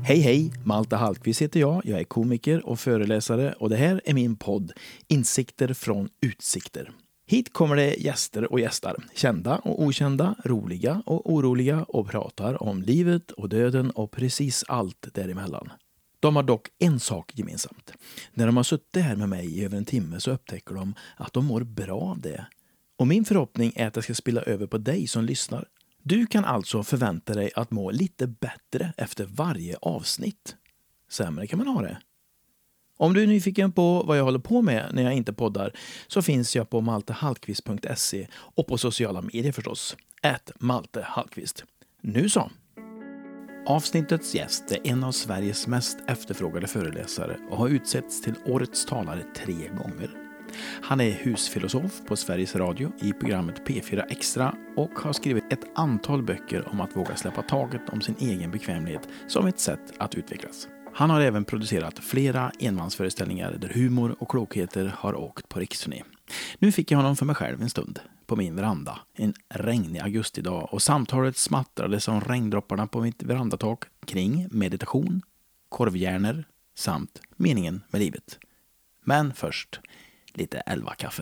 Hej hej, Malte Hallqvist heter jag. Jag är komiker och föreläsare och det här är min podd Insikter från utsikter. Hit kommer det gäster och gästar, kända och okända, roliga och oroliga och pratar om livet och döden och precis allt däremellan. De har dock en sak gemensamt. När de har suttit här med mig i över en timme så upptäcker de att de mår bra av det. Och min förhoppning är att det ska spilla över på dig som lyssnar. Du kan alltså förvänta dig att må lite bättre efter varje avsnitt. Sämre kan man ha det. Om du är nyfiken på vad jag håller på med när jag inte poddar så finns jag på maltehallqvist.se och på sociala medier förstås. @maltehallqvist. Nu så! Avsnittets gäst är en av Sveriges mest efterfrågade föreläsare och har utsetts till årets talare 3 gånger. Han är husfilosof på Sveriges Radio i programmet P4 Extra och har skrivit ett antal böcker om att våga släppa taget om sin egen bekvämlighet som ett sätt att utvecklas. Han har även producerat flera enmansföreställningar där humor och klokheter har åkt på riksturné. Nu fick jag honom för mig själv en stund på min veranda en regnig augustidag och samtalet smattrade som regndropparna på mitt verandatak kring meditation, korvhjärnor samt meningen med livet. Men först lite 11-kaffe.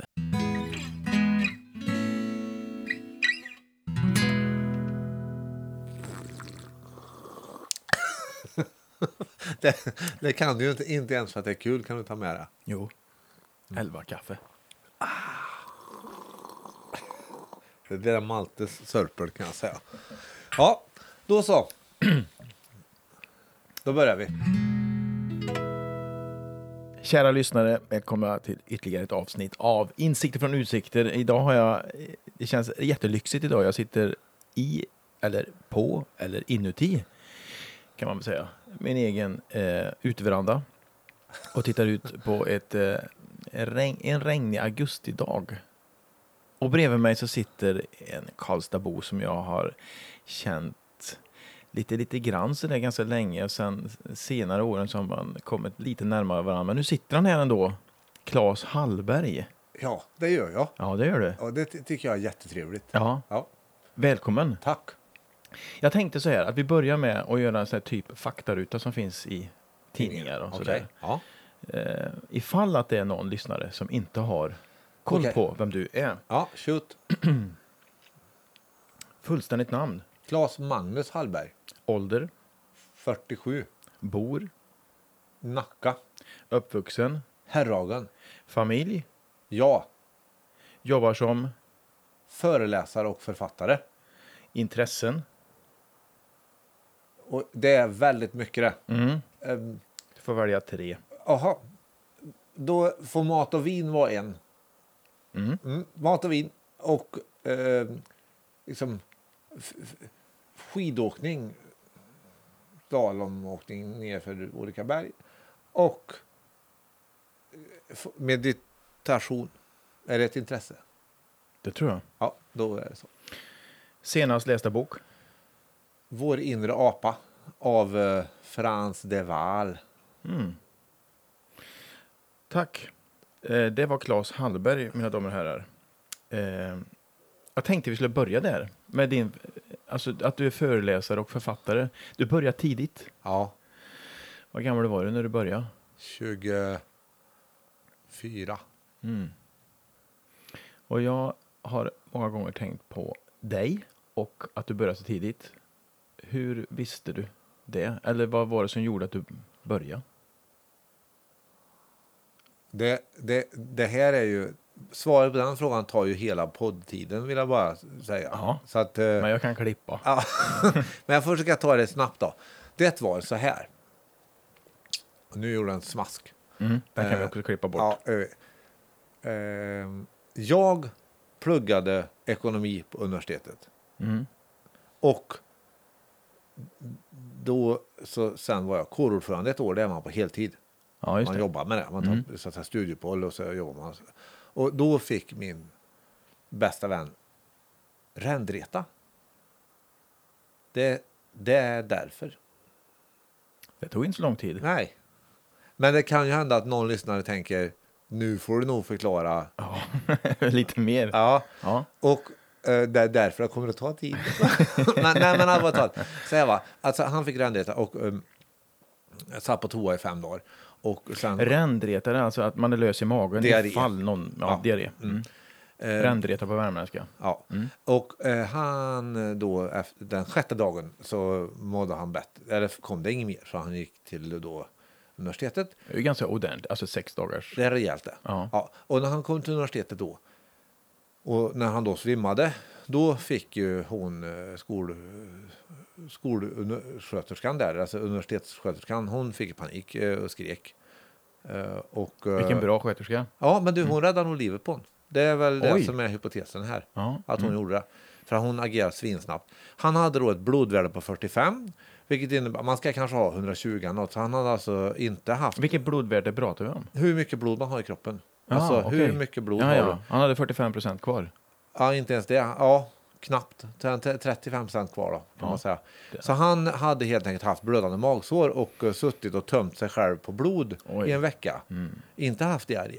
Det kan du ju inte ens för att det är kul, kan du ta med det? Jo, 11-kaffe. Det är Maltes sörpel kan jag säga. Ja, då så. Då börjar vi. Kära lyssnare, välkomna till ytterligare ett avsnitt av Insikter från utsikter. Idag har det känns jättelyxigt idag. Jag sitter i, eller på, eller inuti, kan man väl säga, min egen uteveranda och tittar ut på en regnig augustidag. Och bredvid mig så sitter en Karlstadbo som jag har känt lite grann så det ganska länge, och sen senare åren så har man kommit lite närmare varandra. Men nu sitter han här ändå, Claes Hallberg. Ja, det gör jag. Ja, det gör du. Och det tycker jag är jättetrevligt. Ja. Ja. Välkommen. Tack. Jag tänkte så här att vi börjar med att göra en sån här typ faktaruta som finns i tidningar och sådär. Ja. Ifall att det är någon lyssnare som inte har koll på vem du är. Ja, shoot. Fullständigt namn. Claes Magnus Hallberg. Ålder. 47. Bor. Nacka. Uppvuxen. Herragen. Familj. Ja. Jobbar som. Föreläsare och författare. Intressen. Och det är väldigt mycket det. Du får välja 3. Aha. Då får mat och vin vara en. Mat och vin och liksom skidåkning, slalomåkning nerför olika berg och meditation. Är det ett intresse? Det tror jag. Ja, då är det så. Senast lästa bok. Vår inre apa av Frans de Waal. Tack. Det var Claes Hallberg, mina damer och herrar. Jag tänkte vi skulle börja där med din, alltså att du är föreläsare och författare. Du började tidigt. Ja. Vad gammal var du när du började? 24. Och jag har många gånger tänkt på dig och att du började så tidigt. Hur visste du det? Eller vad var det som gjorde att du började? Det här är ju, svaret på den frågan tar ju hela poddtiden, vill jag bara säga. Ja, så att, men jag kan klippa. Ja, men jag försöker ta det snabbt då. Det var så här. Nu gjorde jag en smask. Den kan vi också klippa bort. Ja, jag pluggade ekonomi på universitetet. Och då så sen var jag kårordförande ett år, där man på heltid. Ja, just man det. jobbar med det. Man tar så att säga studiepoll och så jobbar man. Och då fick min bästa vän rändreta. Det är därför. Det tog inte så lång tid. Nej. Men det kan ju hända att någon lyssnare tänker, nu får du nog förklara. Ja, lite mer. Ja. Och det är därför det kommer att ta tid. men allvarligt talat. Så här va. Alltså han fick rändreta och Jag satt på toa i 5 dagar. Och sen... Rändretare, alltså att man är lös i magen. Diarré. Ifall någon... Ja, diarré. Rändretare på värmländska. Ja. Och han då, efter den 6:e dagen så mådde han bättre. Eller kom det inget mer, så han gick till då universitetet. Det är ju ganska ordentligt, alltså 6 dagars. Det är rejält det. Ja. Ja. Och när han kom till universitetet då, och när han då svimmade, då fick ju hon skolsköterskan där, alltså universitetssköterskan, hon fick panik och skrek. Vilken bra sköterska. Ja, men du, hon räddade nog livet på hon. Det är väl det Oj. som är hypotesen här. Ja. Att hon gjorde det. För hon agerade svinsnabbt. Han hade då ett blodvärde på 45. Vilket innebär, man ska kanske ha 120 något. Så han hade alltså inte haft... Vilket blodvärde pratar vi om? Hur mycket blod man har i kroppen. Ja, Alltså okej. hur mycket blod har du? Han hade 45% kvar. Ja, inte ens det. Ja, knappt. 35% kvar då, kan man säga. Så han hade helt enkelt haft blödande magsår och suttit och tömt sig själv på blod i en vecka. Inte haft diarré.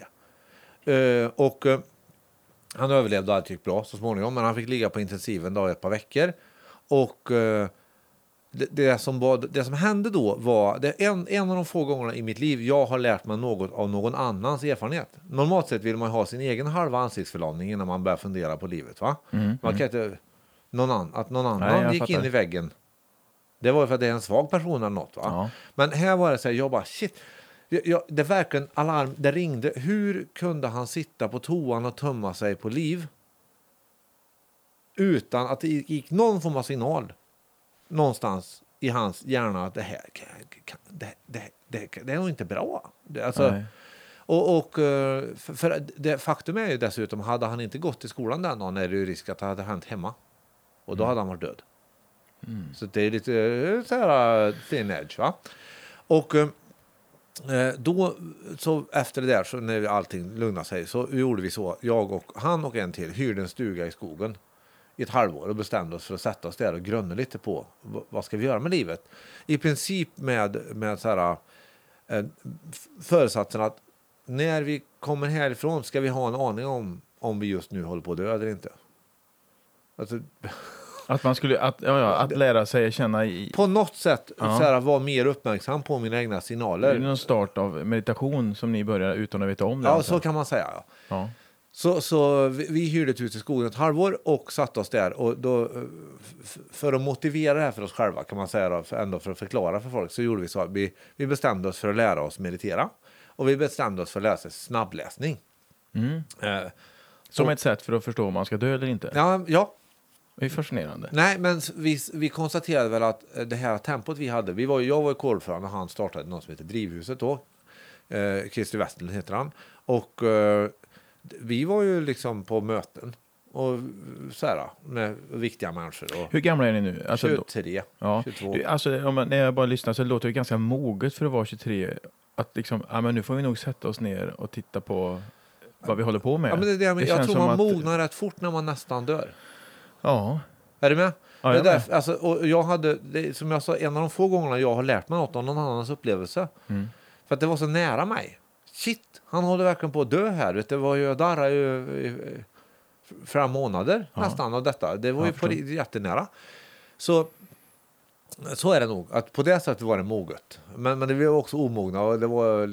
Han överlevde och allt gick bra så småningom, men han fick ligga på intensiven då ett par veckor. Och det som hände då var det en av de få gångerna i mitt liv jag har lärt mig något av någon annans erfarenhet. Normalt sett vill man ha sin egen halva ansiktsförlamning innan man börjar fundera på livet, va? Man kan inte att någon annan gick in i väggen. Det var ju för att det är en svag person eller något, va? Ja. Men här var det så här, jag bara shit. Det verkligen alarm, det ringde. Hur kunde han sitta på toan och tömma sig på liv utan att det gick någon form av signal någonstans i hans hjärna att det här det är nog inte bra. För det faktum är ju dessutom, hade han inte gått till skolan den dagen är det ju risk att det hade hänt hemma. Och då hade han varit död. Så det är lite så här thin edge, va? Och då så efter det där, så när allting lugnade sig, så gjorde vi så, jag och han och en till hyrde en stuga i skogen i ett halvår och bestämde oss för att sätta oss där och grunna lite på vad ska vi göra med livet. I princip med så här föresatsen att när vi kommer härifrån ska vi ha en aning om vi just nu håller på att dö eller inte. Alltså, att man skulle att lära sig känna i på något sätt så här, vara mer uppmärksam på mina egna signaler. Det är någon start av meditation som ni börjar utan att veta om det. Ja, så kan man säga. Ja. Så vi hyrde ett hus i skogen ett halvår och satte oss där. Och då, för att motivera det här för oss själva, kan man säga då, för att förklara för folk, så gjorde vi så att vi bestämde oss för att lära oss meditera. Och vi bestämde oss för att läsa snabbläsning. Som ett sätt för att förstå om man ska dö eller inte. Ja. Det är fascinerande. Nej, men vi konstaterade väl att det här tempot vi hade, jag var i kårordförande och han startade något som heter Drivhuset då. Christer Westlund heter han. Och vi var ju liksom på möten och så här med viktiga människor. Och hur gamla är ni nu? Alltså 23, ja. 22. Alltså, när jag bara lyssnar så låter det ganska moget för att vara 23. Att liksom, men nu får vi nog sätta oss ner och titta på vad vi håller på med. Ja, men jag tror man mognar rätt fort när man nästan dör. Ja. Är du med? Ja, det där, alltså, och jag hade, som jag sa, en av de få gångerna jag har lärt mig något av någon annans upplevelse. För att det var så nära mig. Shit, han håller verkligen på att dö här. Vet du, jag darrade ju 5 månader nästan av detta. Det var ju på jättenära. Så är det nog. Att på det sättet var det moget. Men det var också omogna. Och det var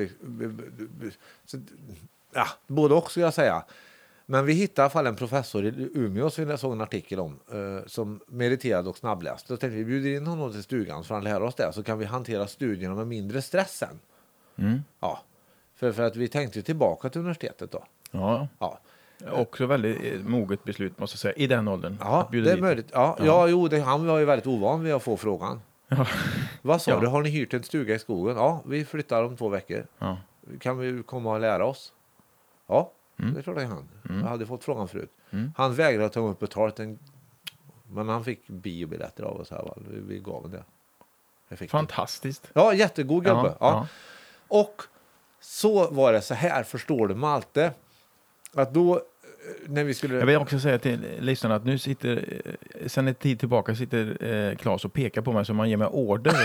både också, ska jag säga. Men vi hittade i alla fall en professor i Umeå som jag såg en artikel om som mediterade och snabbläste. Så tänkte vi bjuder in honom till stugan för att lära oss det. Så kan vi hantera studierna med mindre stress sen. Ja. För att vi tänkte tillbaka till universitetet då. Ja. Också väldigt moget beslut måste jag säga i den åldern. Ja, det är möjligt. Han var ju väldigt ovan vid att få frågan. Ja. Vad sa du? Har ni hyrt en stuga i skogen? Ja, vi flyttar om 2 veckor. Ja. Kan vi komma och lära oss? Ja, det tror jag han. Jag hade fått frågan förut. Han vägrade att ta upp betalt, men han fick biobiljetter av oss här. Vi gav honom det. Fantastiskt. Ja, jättegod gubbe. Ja. Och så var det så här, förstår du, Malte, att då när vi skulle... Jag vill också säga till lyssnarna att nu sen en tid tillbaka sitter Claes och pekar på mig som man ger mig order.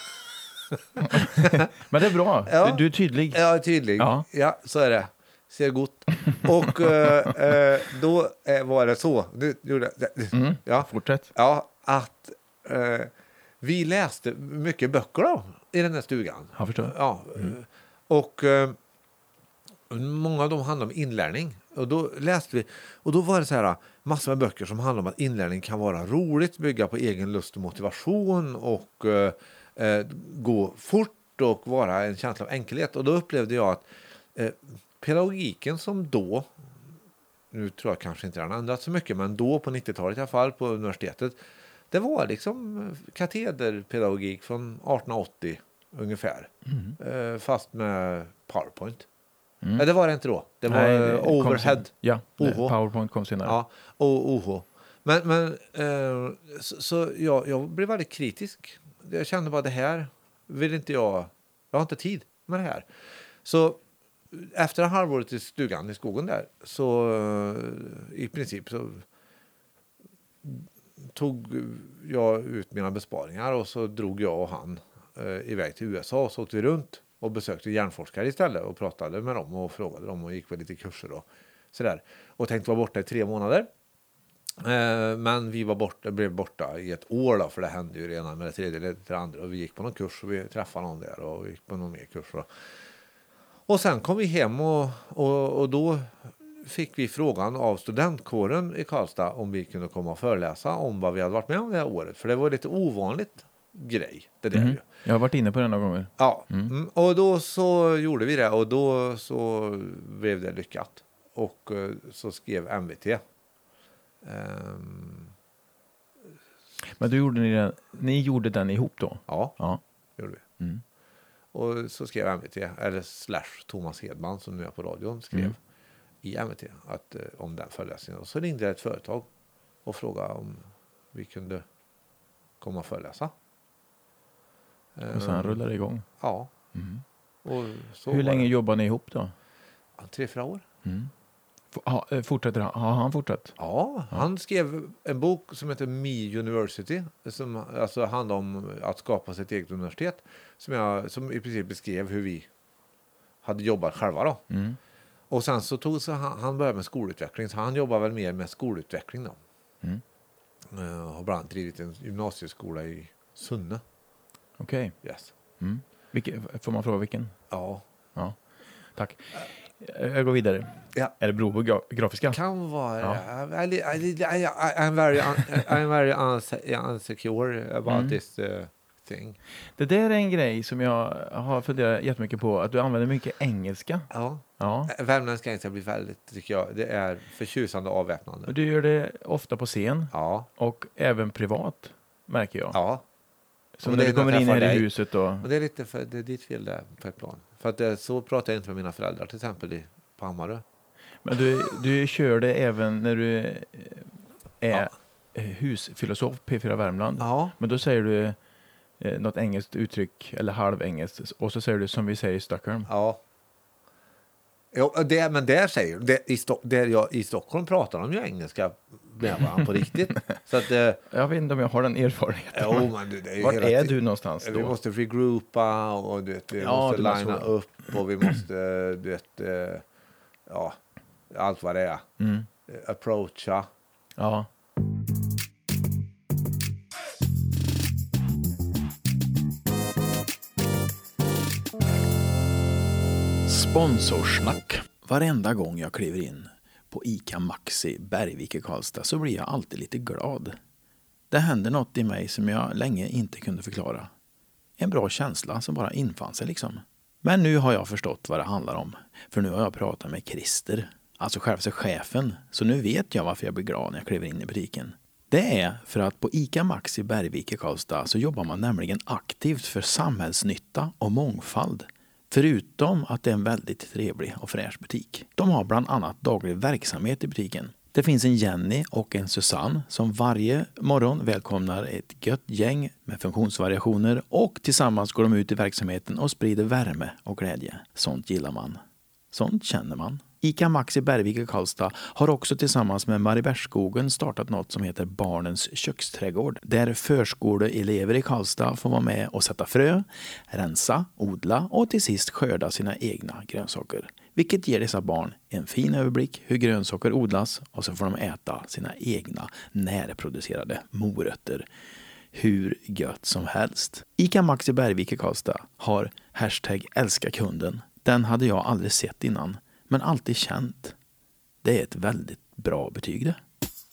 Men det är bra. Ja. Du är tydlig. Ja, tydlig. Ja, så är det. Ser gott. Och då var det så. Fortsätt. Ja, att vi läste mycket böcker då, i den här stugan. Jag förstår. Ja. Och många av dem handlar om inlärning. Och då läste vi, och då var det så här massor med böcker som handlar om att inlärning kan vara roligt, bygga på egen lust och motivation och gå fort och vara en känsla av enkelhet. Och då upplevde jag att pedagogiken som då, nu tror jag kanske inte den har ändrats så mycket, men då på 90-talet i alla fall på universitetet, det var liksom katederpedagogik från 1880 ungefär. Fast med PowerPoint. Nej, det var det inte då. Det var overhead. Ja, OH. PowerPoint kom senare. Ja, och OH. Men så jag blev väldigt kritisk. Jag kände bara det här vill inte jag har inte tid med det här. Så efter halvåret i stugan i skogen där så i princip så tog jag ut mina besparingar och så drog jag och han iväg till USA och så åkte vi runt och besökte hjärnforskare istället och pratade med dem och frågade dem och gick på lite kurser och sådär. Och tänkte vara borta i 3 månader. Men vi blev borta i ett år då, för det hände ju redan med det tredje eller det andra. Och vi gick på någon kurs och vi träffade någon där och gick på någon mer kurs. Och sen kom vi hem och då fick vi frågan av studentkåren i Karlstad om vi kunde komma och föreläsa om vad vi hade varit med om det här året. För det var lite ovanligt grej, det där ju. Jag har varit inne på det några gånger. Ja, och då så gjorde vi det och då så blev det lyckat. Och så skrev MVT. Men då gjorde ni gjorde den ihop då? Ja. Gjorde vi. Och så skrev MVT, eller / Thomas Hedman som nu är på radion, skrev i MVT att, om den föreläsningen. Och så ringde ett företag och frågade om vi kunde komma och föreläsa. Och sen rullade det igång? Ja. Och så hur länge jobbar ni ihop då? 3-4 år. Fortsätter han? Har han fortsatt? Ja, han skrev en bok som heter Me University som alltså handlar om att skapa sitt eget universitet som i princip beskrev hur vi hade jobbat själva då. Och sen så han började med skolutveckling, så han jobbar väl mer med skolutveckling då. Har bland annat drivit en gymnasieskola i Sunne. Okej. Yes. Får man fråga vilken? Ja. Tack. Jag går vidare. Ja. Är det Brobo grafiska? Kan vara. I'm very unsecure about this thing. Det där är en grej som jag har funderat jättemycket på. Att du använder mycket engelska. Ja. Värmländska engelska blir väldigt, tycker jag, det är förtjusande och avväpnande. Och du gör det ofta på scen. Ja. Och även privat, märker jag. Ja. Så när du kommer in här i huset då. Och det är lite för det är ditt fel där på ett plan. För att så pratar jag inte med mina föräldrar till exempel på Hammarö. Men du kör det även när du är husfilosof P4 Värmland. Ja. Men då säger du något engelskt uttryck eller halvengelskt och så säger du som vi säger i Stockholm. Ja. Jo, men där säger i Stockholm pratar de ju engelska med varandra på riktigt. Så att, jag vet inte om jag har den erfarenheten. Jo, men det är ju vart är du någonstans då? Vi måste regroupa och vi måste linea upp och vi måste allt vad det är. Approacha. Ja. Sponsorsnack. Varenda gång jag kliver in på ICA Maxi Bergvik i Karlstad så blir jag alltid lite glad. Det händer något i mig som jag länge inte kunde förklara. En bra känsla som bara infann sig liksom. Men nu har jag förstått vad det handlar om. För nu har jag pratat med Christer, alltså själva chefen. Så nu vet jag varför jag blir glad när jag kliver in i butiken. Det är för att på ICA Maxi Bergvik i Karlstad så jobbar man nämligen aktivt för samhällsnytta och mångfald. Förutom att det är en väldigt trevlig och fräsch butik. De har bland annat daglig verksamhet i butiken. Det finns en Jenny och en Susanne som varje morgon välkomnar ett gött gäng med funktionsvariationer och tillsammans går de ut i verksamheten och sprider värme och glädje. Sånt gillar man. Sånt känner man. ICA Maxi Bergvik i Karlstad har också tillsammans med Mariebergsskogen startat något som heter Barnens köksträdgård. Där förskoleelever i Karlstad får vara med och sätta frö, rensa, odla och till sist skörda sina egna grönsaker. Vilket ger dessa barn en fin överblick hur grönsaker odlas och så får de äta sina egna närproducerade morötter. hur gött som helst. ICA Maxi Bergvik i Karlstad har #älskakunden. Den hade jag aldrig sett innan, men alltid känt. Det är ett väldigt bra betyg det.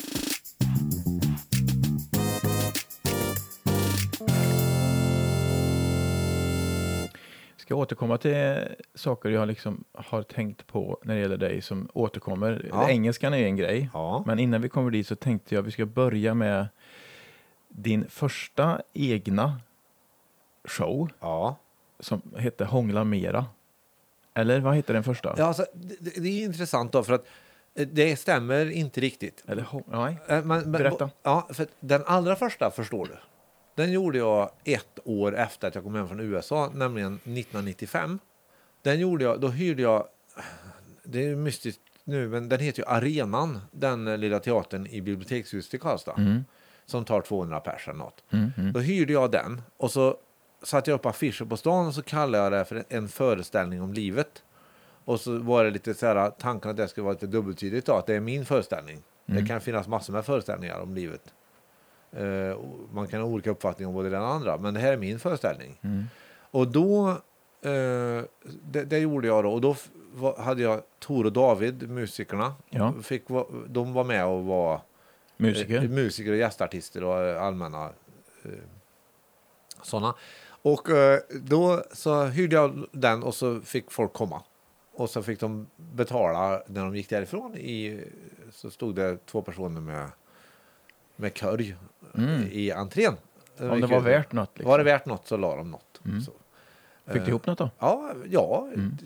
Ska återkomma till saker jag liksom har tänkt på när det gäller dig som återkommer. Ja. Engelskan är en grej, Ja. men innan vi kommer dit så tänkte jag att vi ska börja med din första egna show Ja. som hette Hångla Mera. Eller vad heter den första? Ja, alltså, det är intressant då, för att det stämmer inte riktigt. Eller nej. Men, Berätta. Ja, för den allra första, förstår du, den gjorde jag 1 år efter att jag kom hem från USA, nämligen 1995. Den gjorde jag, då hyrde jag, det är mystiskt nu, men den heter ju Arenan, den lilla teatern i bibliotekshuset i Karlstad, som tar 200 pers eller något. Då hyrde jag den, och så satte jag upp affischer på stan, och så kallade jag det för en föreställning om livet. Och så var det lite så här, tanken att det skulle vara lite dubbeltydigt då, att det är min föreställning. Det kan finnas massor med föreställningar om livet. Man kan ha olika uppfattningar om både den och andra, men det här är min föreställning. Och då det gjorde jag då, och då hade jag Tor och David, musikerna. Ja. De var med och var musiker och gästartister och allmänna sådana. Och då så hyrde jag den, och så fick folk komma. Och så fick de betala när de gick därifrån. Så stod det 2 personer med körj i entrén. Om det var värt något. Liksom. Var det värt något så la de något. Så. Fick du ihop något då? Ja,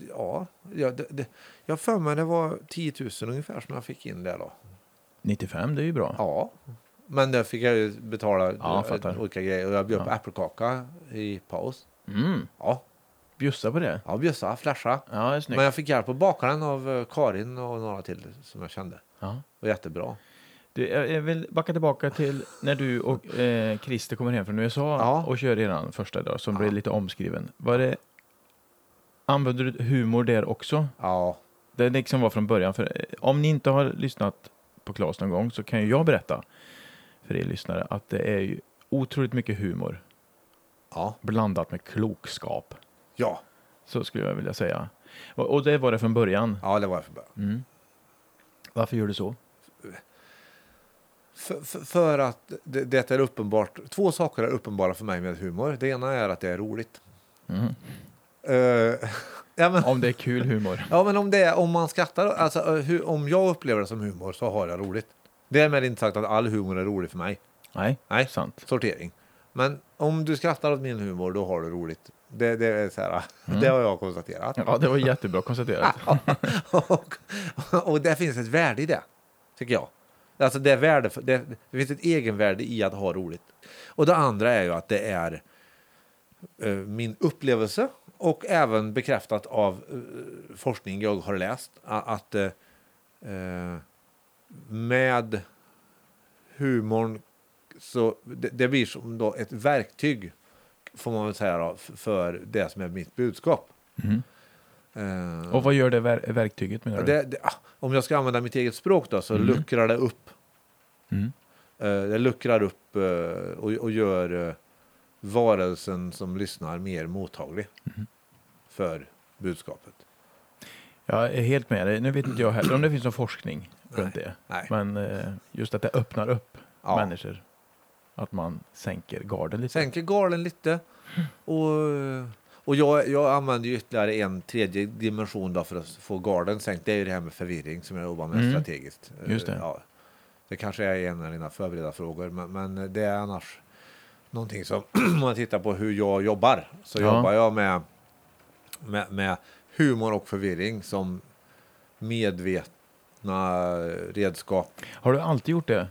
jag för mig det var 10 000 ungefär som jag fick in där då. 95, det är ju bra. Ja, men det fick jag ju betala olika grejer. Och jag bjöd på äppelkaka i paus. Ja. Bjussa på det? Ja, bjussa, flasha. Ja, det är snyggt. Men jag fick hjälp på bakaren av Karin och några till som jag kände. Ja. Det var jättebra. Jag vill backa tillbaka till när du och Christer kommer hem från USA och kör eran första dag som blev lite omskriven. Använder du humor där också? Ja. Det liksom var från början. För om ni inte har lyssnat på Claes någon gång så kan ju jag berätta för er lyssnare att det är ju otroligt mycket humor. Ja. Blandat med klokskap. Ja. Så skulle jag vilja säga. Och det var det från början? Ja, det var det från början. Varför gör du så? För att det är uppenbart. 2 saker är uppenbara för mig med humor. Det ena är att det är roligt. Ja, men, om det är kul humor. Ja, men om man skrattar, alltså om jag upplever det som humor så har jag roligt. Det är med inte sagt att all humor är rolig för mig. Nej, sant. Sortering. Men om du skrattar åt min humor, då har du roligt. Det är så här, det har jag konstaterat. Ja, det var jättebra konstaterat. och det finns ett värde i det, tycker jag. Alltså det finns ett egenvärde i att ha roligt. Och det andra är ju att det är min upplevelse och även bekräftat av forskning jag har läst att med humorn så det blir som då ett verktyg, får man väl säga då, för det som är mitt budskap. Och vad gör det verktyget menar du? Om jag ska använda mitt eget språk då, så luckrar det upp. Det luckrar upp och gör varelsen som lyssnar mer mottaglig för budskapet. Jag är helt med dig. Nu vet inte jag heller om det finns någon forskning runt det. Nej. Men just att det öppnar upp människor. Att man sänker garden lite. Sänker garden lite. Och jag använder ju ytterligare en tredje dimension då för att få garden sänkt. Det är ju det här med förvirring som jag jobbar med strategiskt. Just det. Ja, det kanske är en av dina förberedda frågor. Men det är annars någonting som, om man tittar på hur jag jobbar, så jobbar jag med humor och förvirring som medvetna redskap. Har du alltid gjort det?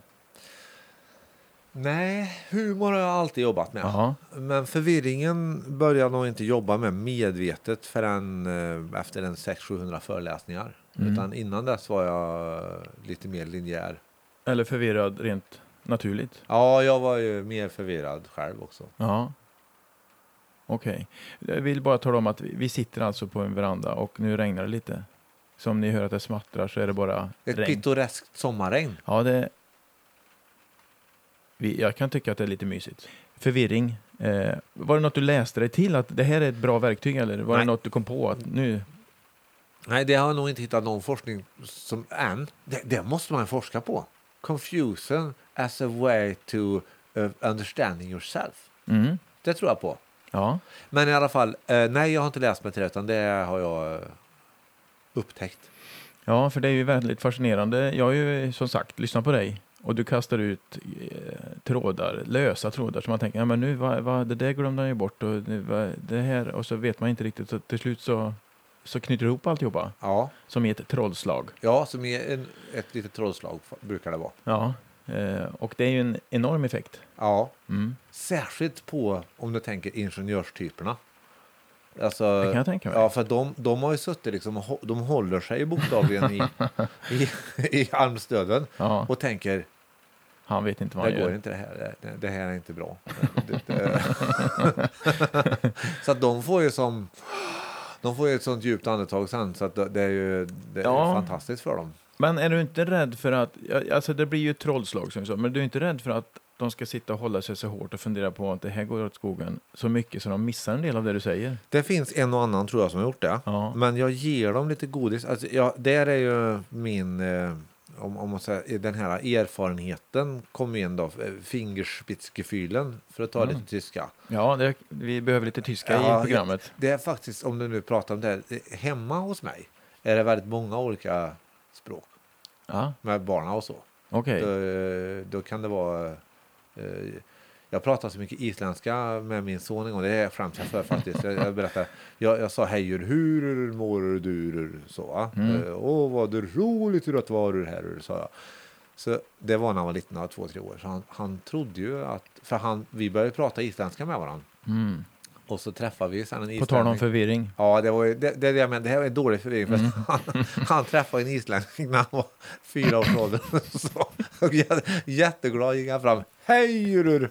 Nej, humor har jag alltid jobbat med. Aha. Men förvirringen började nog inte jobba med medvetet förrän efter en 600-700 föreläsningar. Utan innan dess var jag lite mer linjär. Eller förvirrad rent naturligt? Ja, jag var ju mer förvirrad själv också. Ja. Okej. Jag vill bara tala om att vi sitter alltså på en veranda och nu regnar det lite. Som ni hör att det smattrar så är det bara ett regn. pittoreskt sommarregn. Ja, jag kan tycka att det är lite mysigt. förvirring. Var det något du läste dig till att det här är ett bra verktyg, eller var det något du kom på att nu... Nej, det har jag nog inte hittat någon forskning som än. Det måste man forska på. Confusion as a way to understanding yourself. Det tror jag på. Ja. Men i alla fall, nej, jag har inte läst mig till det, utan det har jag upptäckt. Ja, för det är ju väldigt fascinerande. Jag har ju som sagt lyssnat på dig och du kastar ut lösa trådar som man tänker, ja men nu, det där glömde han ju bort och det här, och så vet man inte riktigt, så till slut så knyter ihop alltihopa. Ja. Som i ett trollslag. Ja, som är ett litet trollslag brukar det vara. Ja, och det är ju en enorm effekt. Ja, särskilt på, om du tänker ingenjörstyperna. Alltså, det kan jag tänka mig. Ja, för de har ju suttit liksom, de håller sig bokstavligen i armstöden och tänker, han vet inte vad han gör. Det går inte det här är inte bra. Så att de får ju ett sånt djupt andetag sen, så att det är fantastiskt för dem. Men är du inte rädd för att, alltså det blir ju ett trollslag som så, men du är inte rädd för att de ska sitta och hålla sig så hårt och fundera på att det här går åt skogen så mycket så de missar en del av det du säger? Det finns en och annan, tror jag, som har gjort det. Ja. Men jag ger dem lite godis. Alltså, där är ju min, om man säger, den här erfarenheten kom in då, Fingerspitzgefühlen, för att ta lite tyska. Ja, vi behöver lite tyska i programmet. Det är faktiskt, om du nu pratar om det, hemma hos mig är det väldigt många olika språk. Ja. Med barnen och så. Okay. Då kan det vara... jag pratar så mycket isländska med min son en gång. Det är främst för faktiskt. Jag berättar. Jag sa hejur, hur mår du? Så. Åh, vad det roligt att vara här, sa jag. Så det var när han var liten, 2-3 år. Så han trodde ju att... För vi började prata isländska med varandra. Och så träffade vi sen en islänning. På tal om förvirring. Ja, det jag menar, det här var en dålig förvirring. För han träffade en islänning när han var 4 års ålder. Jätteglad gick han fram. Hej,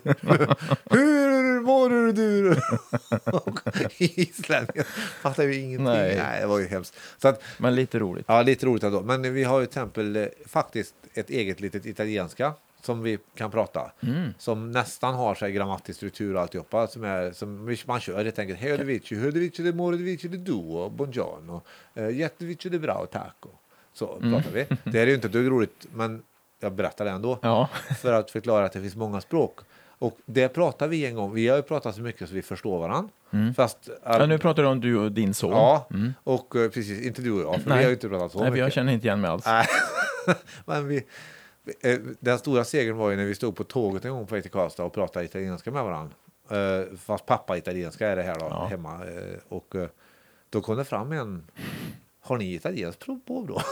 hur mår du? Och islänningen fattade vi ingenting. Nej, det var ju hemskt. Så att, men lite roligt. Ja, lite roligt ändå. Men vi har ju till exempel faktiskt ett eget litet italienska som vi kan prata. Som nästan har sig grammatisk struktur och alltihopa. Som man kör helt enkelt. Hej, hur det mår det du och buongiorno. Jättevici det bra, tack. Så pratar vi. Det är ju inte dugg roligt, men jag berättar det ändå. Ja. För att förklara att det finns många språk. Och det pratar vi en gång. Vi har ju pratat så mycket så vi förstår varandra. Fast, nu pratar du om du och din son. Ja, och precis, inte du och jag. För vi har ju inte pratat så mycket. Jag känner inte igen mig alls. Men den stora segern var ju när vi stod på tåget en gång på väg till Karlstad och pratade italienska med varandra. Fast pappa italienska är det här då, hemma. Och då kom det fram har ni italienskt prov på då?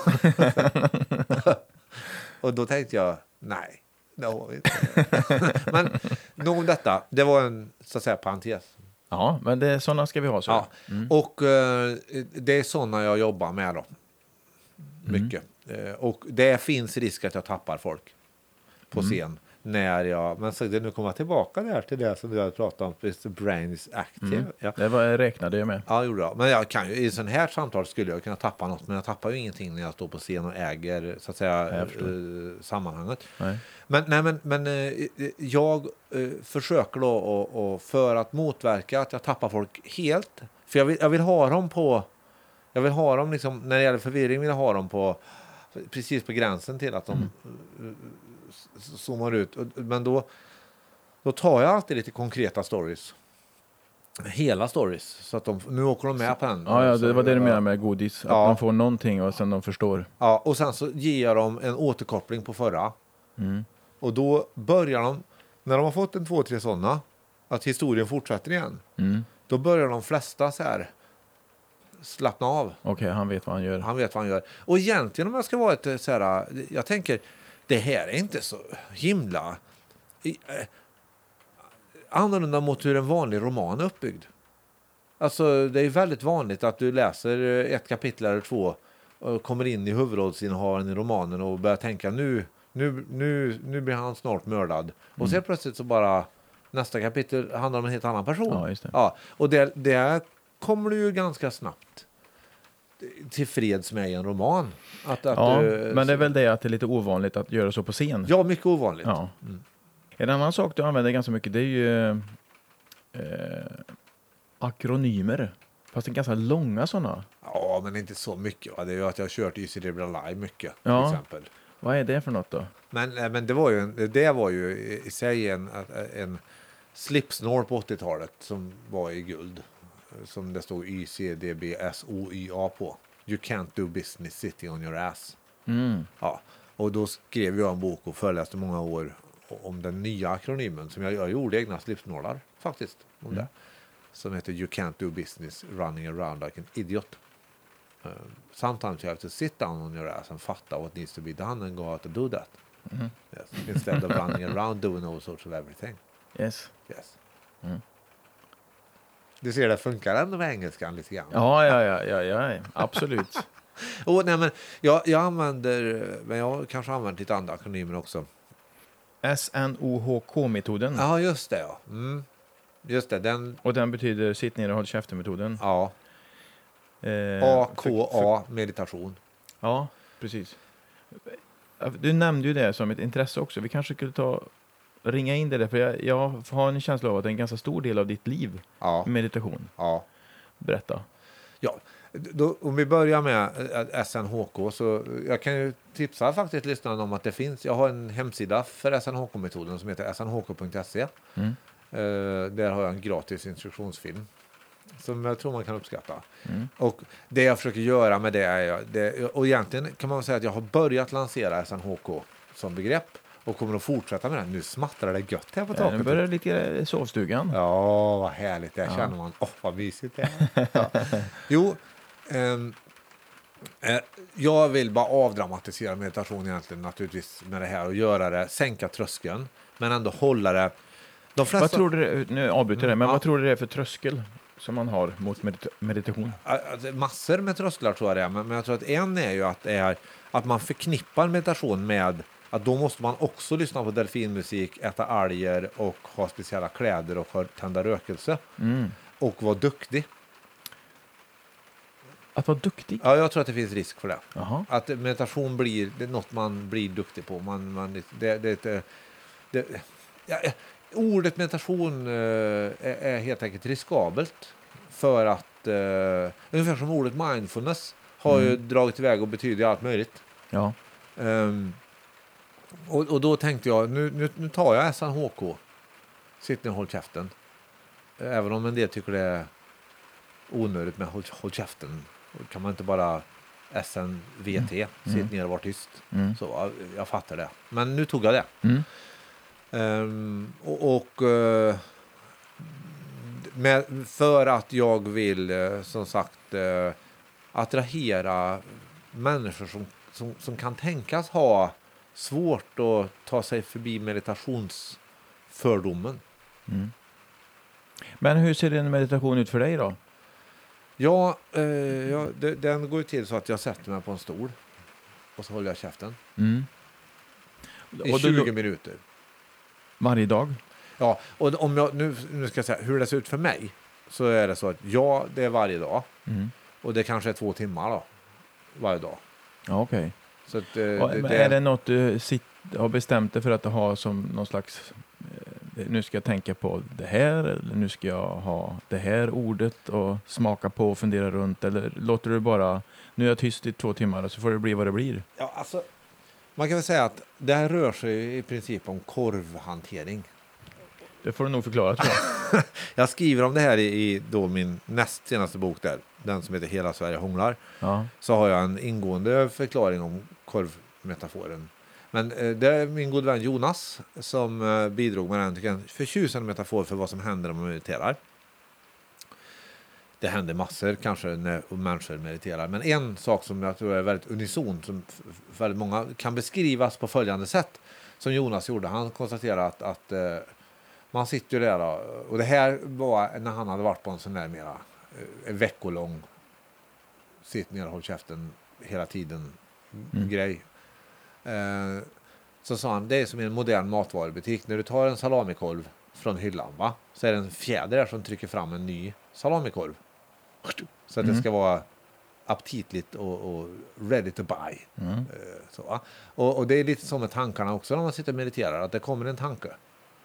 Och då tänkte jag, nej, det har vi inte. Men nog om detta, det var en, så att säga, parentes. Ja, men sådana ska vi ha så. Ja. Och det är sådana jag jobbar med då. Mycket. Och det finns risk att jag tappar folk på scen. Men så nu kommer jag tillbaka där till det som du hade pratat om, the brain is active. Ja. Det räknade jag med. Ja, gjorde jag. Men jag kan ju, i sån här samtal skulle jag kunna tappa något, men jag tappar ju ingenting när jag står på scen och äger, så att säga, sammanhanget. Nej. Men jag försöker då och för att motverka att jag tappar folk helt, för jag vill ha dem liksom, när det gäller förvirring vill jag ha dem på precis på gränsen till att de zoomar ut. Men då tar jag alltid lite konkreta stories. Hela stories. Så att nu åker de med på den. Ja, det var det du menade med godis. Att de får någonting och sen de förstår. Ja, och sen så ger jag dem en återkoppling på förra. Och då börjar de, när de har fått 2-3 sådana, att historien fortsätter igen. Då börjar de flesta så här slappna av. Okej, han vet vad han gör. Och egentligen om jag ska vara ett så här, jag tänker, det här är inte så himla annorlunda mot hur en vanlig roman är uppbyggd. Alltså det är väldigt vanligt att du läser ett kapitel eller 2 och kommer in i huvudrollsinnehavaren i romanen och börjar tänka nu blir han snart mördad. Och så plötsligt så bara nästa kapitel handlar om en helt annan person. Ja, just det. Ja, och det kommer du ju ganska snabbt tillfreds med i en roman. Men det är väl det att det är lite ovanligt att göra så på scen. Ja, mycket ovanligt. Ja. En annan sak du använder ganska mycket, det är ju akronymer. Fast det är ganska långa sådana. Ja, men inte så mycket. Va? Det är ju att jag har kört Easy Liberal Live mycket, till Ja. exempel. Vad är det för något då? Men det var ju i sig en slipsnål på 80-talet som var i guld. Som det stod YCDBSOYA på. You can't do business sitting on your ass. Mm. Ja. Och då skrev jag en bok och föreläste många år om den nya akronymen. Som jag gjorde egna slipsnålar faktiskt om det. Som heter You can't do business running around like an idiot. Sometimes you have to sit down on your ass and fatta what needs to be done and go out and do that. Yes. Instead of running around doing all sorts of everything. Yes. Yes. Du ser, det funkar ändå med engelskan lite grann. Ja, absolut. Nej, men jag använder, men jag kanske använder lite andra akronymer också. SNOHK-metoden. Ja, just det. Ja. Just det, och den betyder sitt ner och håll käften-metoden. Ja. AKA, meditation. Ja, precis. Du nämnde ju det som ett intresse också. Vi kanske skulle ringa in det där, för jag har en känsla av att det är en ganska stor del av ditt liv. Ja. Meditation. Ja. Berätta. Ja, om vi börjar med SNHK, så jag kan ju tipsa faktiskt lyssnarna om att det finns. Jag har en hemsida för SNHK-metoden som heter snhk.se. Där har jag en gratis instruktionsfilm som jag tror man kan uppskatta. Och det jag försöker göra med det är, och egentligen kan man säga att jag har börjat lansera SNHK som begrepp och kommer att fortsätta med det. Nu smattrar det gött här på taket. Nu börjar lite sovstugan. Ja, vad härligt. Det känner man. Vad mysigt det är. Ja. Jo, jag vill bara avdramatisera meditation egentligen naturligtvis med det här och göra det, sänka tröskeln, men ändå hålla det. De flesta... Vad tror du, nu avbryter det, men vad tror du det är för tröskel som man har mot meditation? Alltså, massor med trösklar tror jag det är, men jag tror att en är ju att man förknippar meditation med att då måste man också lyssna på delfinmusik, äta alger och ha speciella kläder och tända rökelse. Och vara duktig. Att vara duktig? Ja, jag tror att det finns risk för det. Aha. Att meditation det är något man blir duktig på. Ordet meditation är helt enkelt riskabelt. För att ungefär som ordet mindfulness har ju dragit iväg och betyder allt möjligt. Ja. Och då tänkte jag, nu tar jag SNHK. Sitt ner och håll käften. Även om en del tycker det är onödigt med håll käften. Kan man inte bara SNVT, sitt ner och var tyst. Så jag fattar det. Men nu tog jag det. För att jag vill som sagt attrahera människor som kan tänkas ha svårt att ta sig förbi meditationsfördomen. Men hur ser en meditation ut för dig då? Ja, den går ju till så att jag sätter mig på en stol och så håller jag käften. I 20 minuter. Varje dag? Ja, och om jag nu ska jag säga hur det ser ut för mig, så är det så att det är varje dag. Och det kanske är 2 timmar då, varje dag. Ja, okej. Så att, är det något du har bestämt dig för att ha som någon slags nu ska jag tänka på det här, eller nu ska jag ha det här ordet och smaka på och fundera runt, eller låter du bara, nu är jag tyst i 2 timmar och så får det bli vad det blir? Ja, alltså man kan väl säga att det här rör sig i princip om korvhantering. Det får du nog förklara, tror jag. Jag skriver om det här i då min näst senaste bok där, den som heter Hela Sverige hånglar. Ja. Så har jag en ingående förklaring om korvmetaforen. Men det är min god vän Jonas som bidrog med den, tycker jag, en förtjusande metafor för vad som händer när man mediterar. Det händer massor kanske när människor mediterar. Men en sak som jag tror är väldigt unison, som väldigt många kan beskrivas på följande sätt, som Jonas gjorde. Han konstaterade att man sitter ju där då, och det här var när han hade varit på en sån där mera veckolång sitt ner och håll käften hela tiden grej. Så sa han, det är som i en modern matvarubutik. När du tar en salamikorv från hyllan, va, så är det en fjäder där som trycker fram en ny salamikorv. Så att det ska vara aptitligt och ready to buy. Så, va? Och det är lite som med tankarna också när man sitter och mediterar, att det kommer en tanke.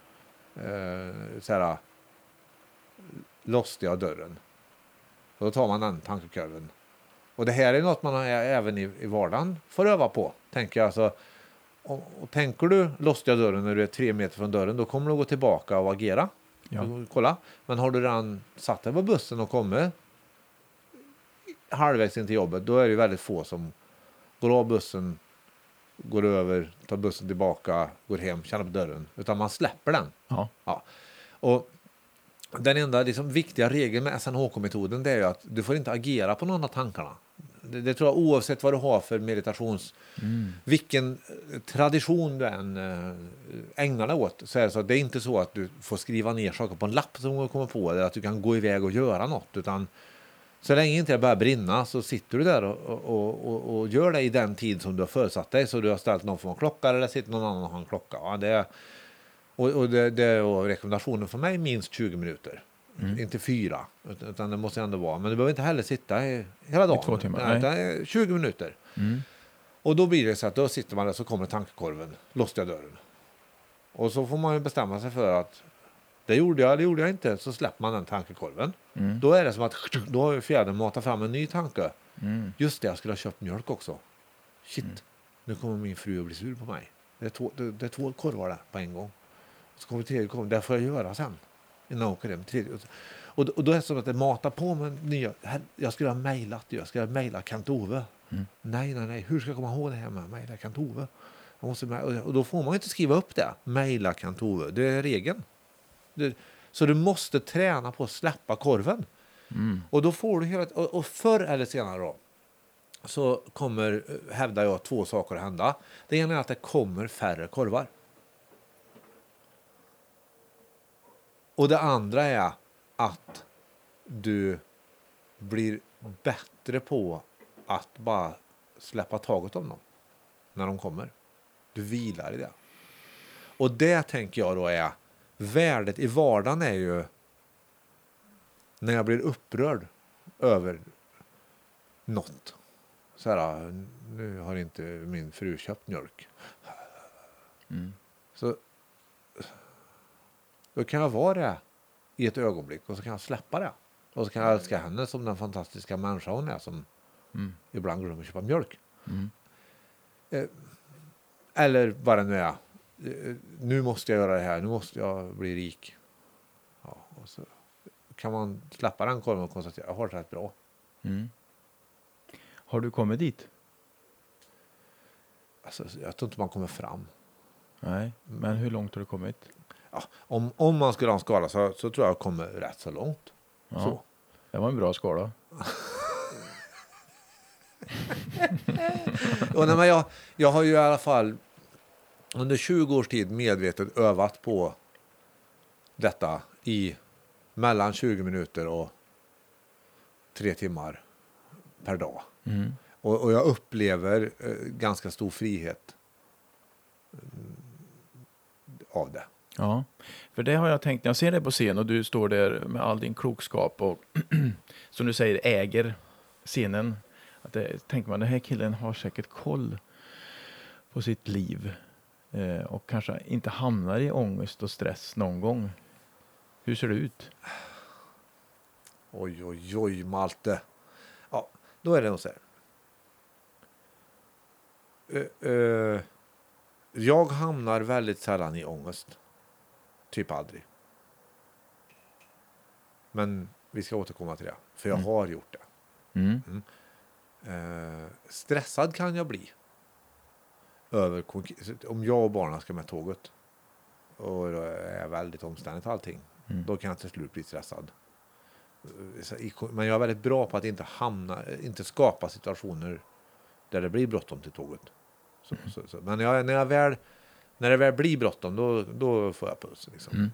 så här, låste jag dörren. Och då tar man den tankekurven. Och det här är något man även i vardagen får öva på, tänker jag. Alltså, och tänker du låste jag dörren när du är 3 meter från dörren, då kommer du gå tillbaka och agera. Ja. Kolla. Men har du redan satt dig på bussen och kommit halvvägs in till jobbet, då är det ju väldigt få som går av bussen, går över, tar bussen tillbaka, går hem, känner på dörren. Utan man släpper den. Ja. Ja. Och den enda liksom viktiga regeln med SNHK-metoden, det är ju att du får inte agera på någon av tankarna. Det tror jag, oavsett vad du har för meditations... Vilken tradition du än ägnar dig åt, så är det så att det är inte så att du får skriva ner saker på en lapp som du kommer på, eller att du kan gå iväg och göra något, utan så länge inte det börjar brinna så sitter du där och gör det i den tid som du har förutsatt dig, så du har ställt någon form av klocka eller sitter någon annan och har en klocka. Ja, det är rekommendationen för mig minst 20 minuter. Inte 4, utan det måste ändå vara. Men du behöver inte heller sitta hela dagen. 2 timmar. Nej. 20 minuter. Och då blir det så att då sitter man där, så kommer tankekorven. Låste jag dörren. Och så får man ju bestämma sig för att det gjorde jag inte. Så släpper man den tankekorven. Då är det som att då har ju fjärden matat fram en ny tanke. Just det, jag skulle ha köpt mjölk också. Shit, nu kommer min fru att bli sur på mig. Det är 2 korvar där på en gång. Så kommer tredje korven, det får jag göra sen. Innan jag åker hem. Och då är det som att det matar på med nya. Jag skulle ha mejlat. Jag skulle ha mejlat Kent Ove. Nej. Hur ska jag komma ihåg det här med mejla Kent Ove? Och då får man inte skriva upp det. Mejla Kent Ove. Det är regeln. Så du måste träna på att släppa korven. Och då får du och förr eller senare då, så kommer, hävdar jag, 2 saker att hända. Det ena är att det kommer färre korvar. Och det andra är att du blir bättre på att bara släppa taget om dem när de kommer. Du vilar i det. Och det tänker jag då är värdet i vardagen, är ju när jag blir upprörd över något. Så här, nu har inte min fru köpt mjölk. Så då kan jag vara det i ett ögonblick, och så kan jag släppa det. Och så kan jag älska henne som den fantastiska människa hon är, som ibland glömmer att köpa mjölk. Eller vad det nu är. Nu måste jag göra det här. Nu måste jag bli rik. Ja, och så kan man släppa den korven och konstatera att jag har det rätt bra. Har du kommit dit? Alltså, jag tror inte man kommer fram. Nej, men hur långt har du kommit? Ja, om man skulle ha en skala så tror jag kommer rätt så långt. Ja, så. Det var en bra skala. Men jag har ju i alla fall under 20 års tid medvetet övat på detta i mellan 20 minuter och 3 timmar per dag. Och jag upplever ganska stor frihet av det. Ja, för det har jag tänkt när jag ser dig på scen och du står där med all din klokskap och som du säger äger scenen. Att tänker man, den här killen har säkert koll på sitt liv och kanske inte hamnar i ångest och stress någon gång. Hur ser det ut? Oj, Malte. Ja, då är det nog så här. Jag hamnar väldigt sällan i ångest. Typ aldrig. Men vi ska återkomma till det. För jag har gjort det. Stressad kan jag bli. Om jag och barnen ska med tåget. Och det är väldigt omständigt allting. Då kan jag till slut bli stressad. Men jag är väldigt bra på att inte skapa situationer där det blir bråttom till tåget. Men när det väl blir bråttom, då får jag puls. Liksom.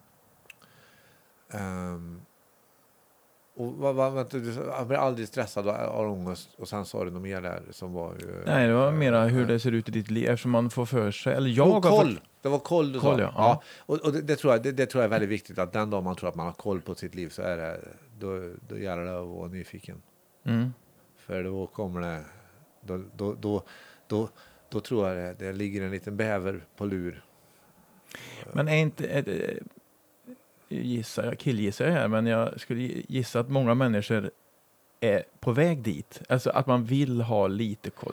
Jag blir aldrig stressad av ångest. Och sen sa du något mer där som var ju... Nej, det var mera hur det ser ut i ditt liv. Eftersom man får för sig... Eller Det var koll du sa. Ja. Och det tror jag är väldigt viktigt, att den dag man tror att man har koll på sitt liv, så är det... Då gäller det att vara nyfiken. För då kommer det... Då tror jag det ligger en liten bäver på lur. Men är inte... killgissar jag här, men jag skulle gissa att många människor är på väg dit. Alltså att man vill ha lite koll.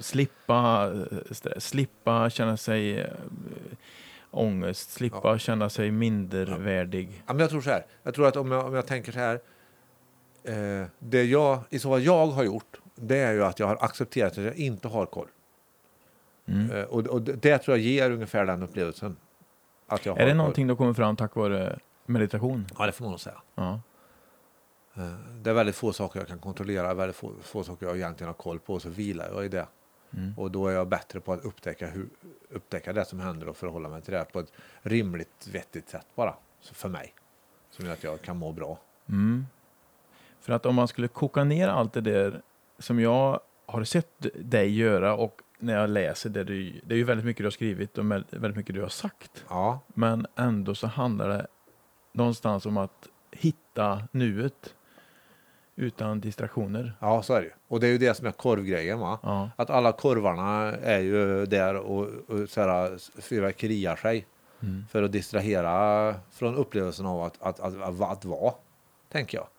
Slippa känna sig ångest. Slippa känna sig mindervärdig. Ja, men jag tror så här. Jag tror att om jag tänker så här. Det jag har gjort, det är ju att jag har accepterat att jag inte har koll. Och det tror jag ger ungefär den upplevelsen. Att jag har är det koll. någonting du kommer fram tack vare meditation? Ja, det får man nog säga. Ja. Det är väldigt få saker jag kan kontrollera, väldigt få saker jag egentligen har koll på, så vilar jag i det. Och då är jag bättre på att upptäcka det som händer och förhålla mig till det på ett rimligt, vettigt sätt bara. Så för mig. Som gör att jag kan må bra. För att om man skulle koka ner allt det där som jag har sett dig göra, och när jag läser det är ju väldigt mycket du har skrivit och väldigt mycket du har sagt. Ja. Men ändå så handlar det någonstans om att hitta nuet utan distraktioner. Ja, så är det ju. Och det är ju det som är korvgrejen, va? Ja. Att alla korvarna är ju där och så här, fyrverkeriar sig för att distrahera från upplevelsen av att vara, tänker jag.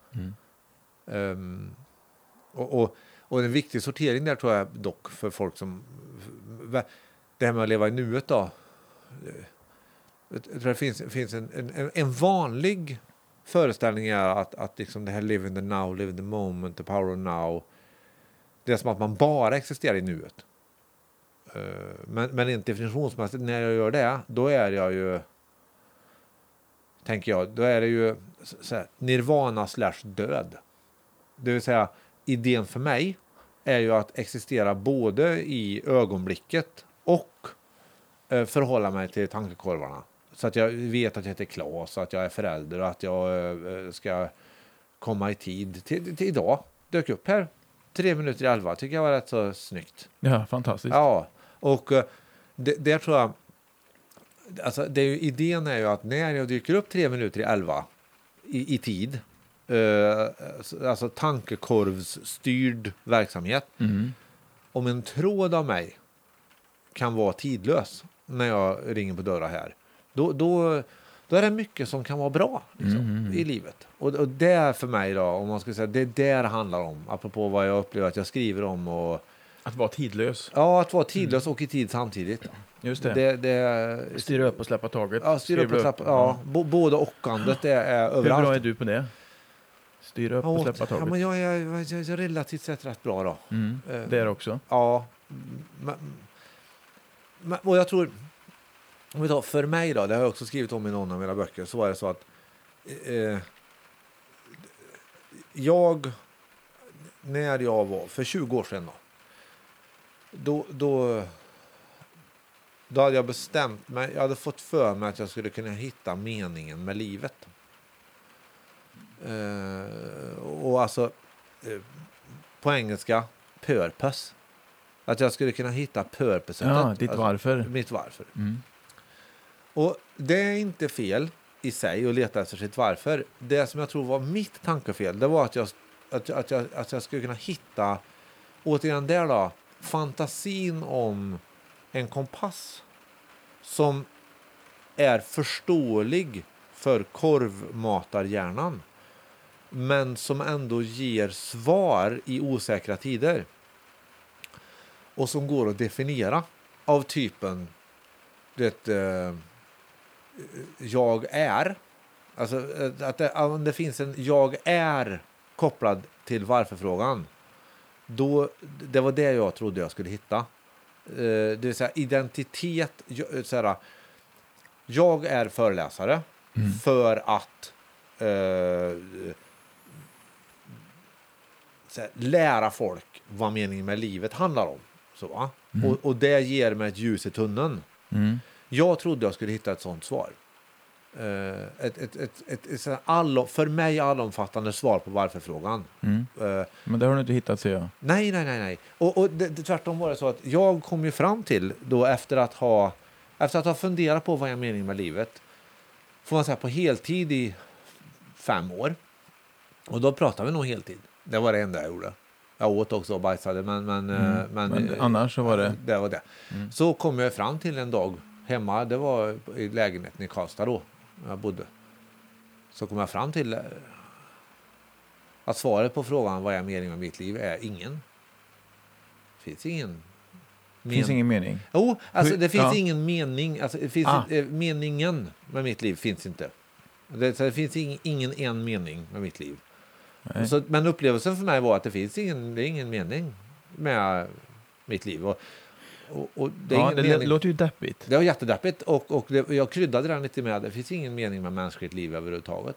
Och en viktig sortering där tror jag dock för folk som det här med att leva i nuet då. Jag tror det finns en vanlig föreställning är att liksom det här live in the now, live in the moment, the power of now. Det är som att man bara existerar i nuet. Men inte definitionsmässigt, när jag gör det, då är jag ju, tänker jag, då är det ju så här, nirvana / död. Det vill säga, idén för mig är ju att existera både i ögonblicket och förhålla mig till tankekorvarna. Så att jag vet att jag heter Claes, att jag är förälder och att jag ska komma i tid. Till idag dök upp här 11:03 tycker jag var rätt så snyggt. Ja, fantastiskt. Ja, och det tror jag, alltså det är ju, idén är ju att när jag dyker upp 11:03 i tid, alltså tankekorvsstyrd verksamhet, om en tråd av mig kan vara tidlös när jag ringer på dörrar här, då är det mycket som kan vara bra liksom, i livet. Och det är för mig då, om man ska säga, det är det det handlar om, apropå vad jag upplever att jag skriver om. Och att vara tidlös. Ja, att vara tidlös och i tid samtidigt. Just det. Styra upp och släppa taget. Ja, styra upp och släppa. Ja, både och-andet är överallt. Hur bra är du på det? Styra upp och släppa taget. Ja, men jag är relativt sett rätt bra då. Det är också. Ja. Men, och jag tror, om vi tar för mig då, det har jag också skrivit om i någon av mina böcker, så var det så att när jag var för 20 år sedan då hade jag bestämt mig, jag hade fått för mig att jag skulle kunna hitta meningen med livet. Och alltså på engelska purpose. Att jag skulle kunna hitta purpose. Ja, ditt varför. Mitt varför. Och det är inte fel i sig att leta efter sitt varför. Det som jag tror var mitt tankefel, det var att jag skulle kunna hitta, återigen där då, fantasin om en kompass som är förståelig för korvmatarhjärnan, men som ändå ger svar i osäkra tider. Och som går att definiera av typen jag är. Alltså att det finns en jag är kopplad till varför-frågan. Det var det jag trodde jag skulle hitta. Det vill säga identitet. Jag är föreläsare för att lära folk vad meningen med livet handlar om. Så, och det ger mig ett ljus i tunneln. Jag trodde jag skulle hitta ett sånt svar. För mig allomfattande svar på varför-frågan. Men det har du inte hittat, ser jag. Nej. Och tvärtom var det så att jag kom ju fram till då efter att ha funderat på vad är meningen med livet, får man säga på heltid i 5 år. Och då pratar vi nog heltid. Det var det enda jag gjorde. Jag åt också och bajsade, men annars så var det... Det var det. Så kom jag fram till en dag hemma, det var i lägenheten i Karlstad då, jag bodde. Så kom jag fram till att svaret på frågan vad är meningen med mitt liv är ingen. Det finns ingen Finns ingen mening? Jo, alltså det finns Ja. ingen mening. Alltså, det finns meningen med mitt liv finns inte. Det finns ingen en mening med mitt liv. Så, men upplevelsen för mig var att det är ingen mening med mitt liv. Och det är ingen det mening. låter ju deppigt. Det var jättedeppigt. Och jag kryddade den lite med att det finns ingen mening med mänskligt liv överhuvudtaget.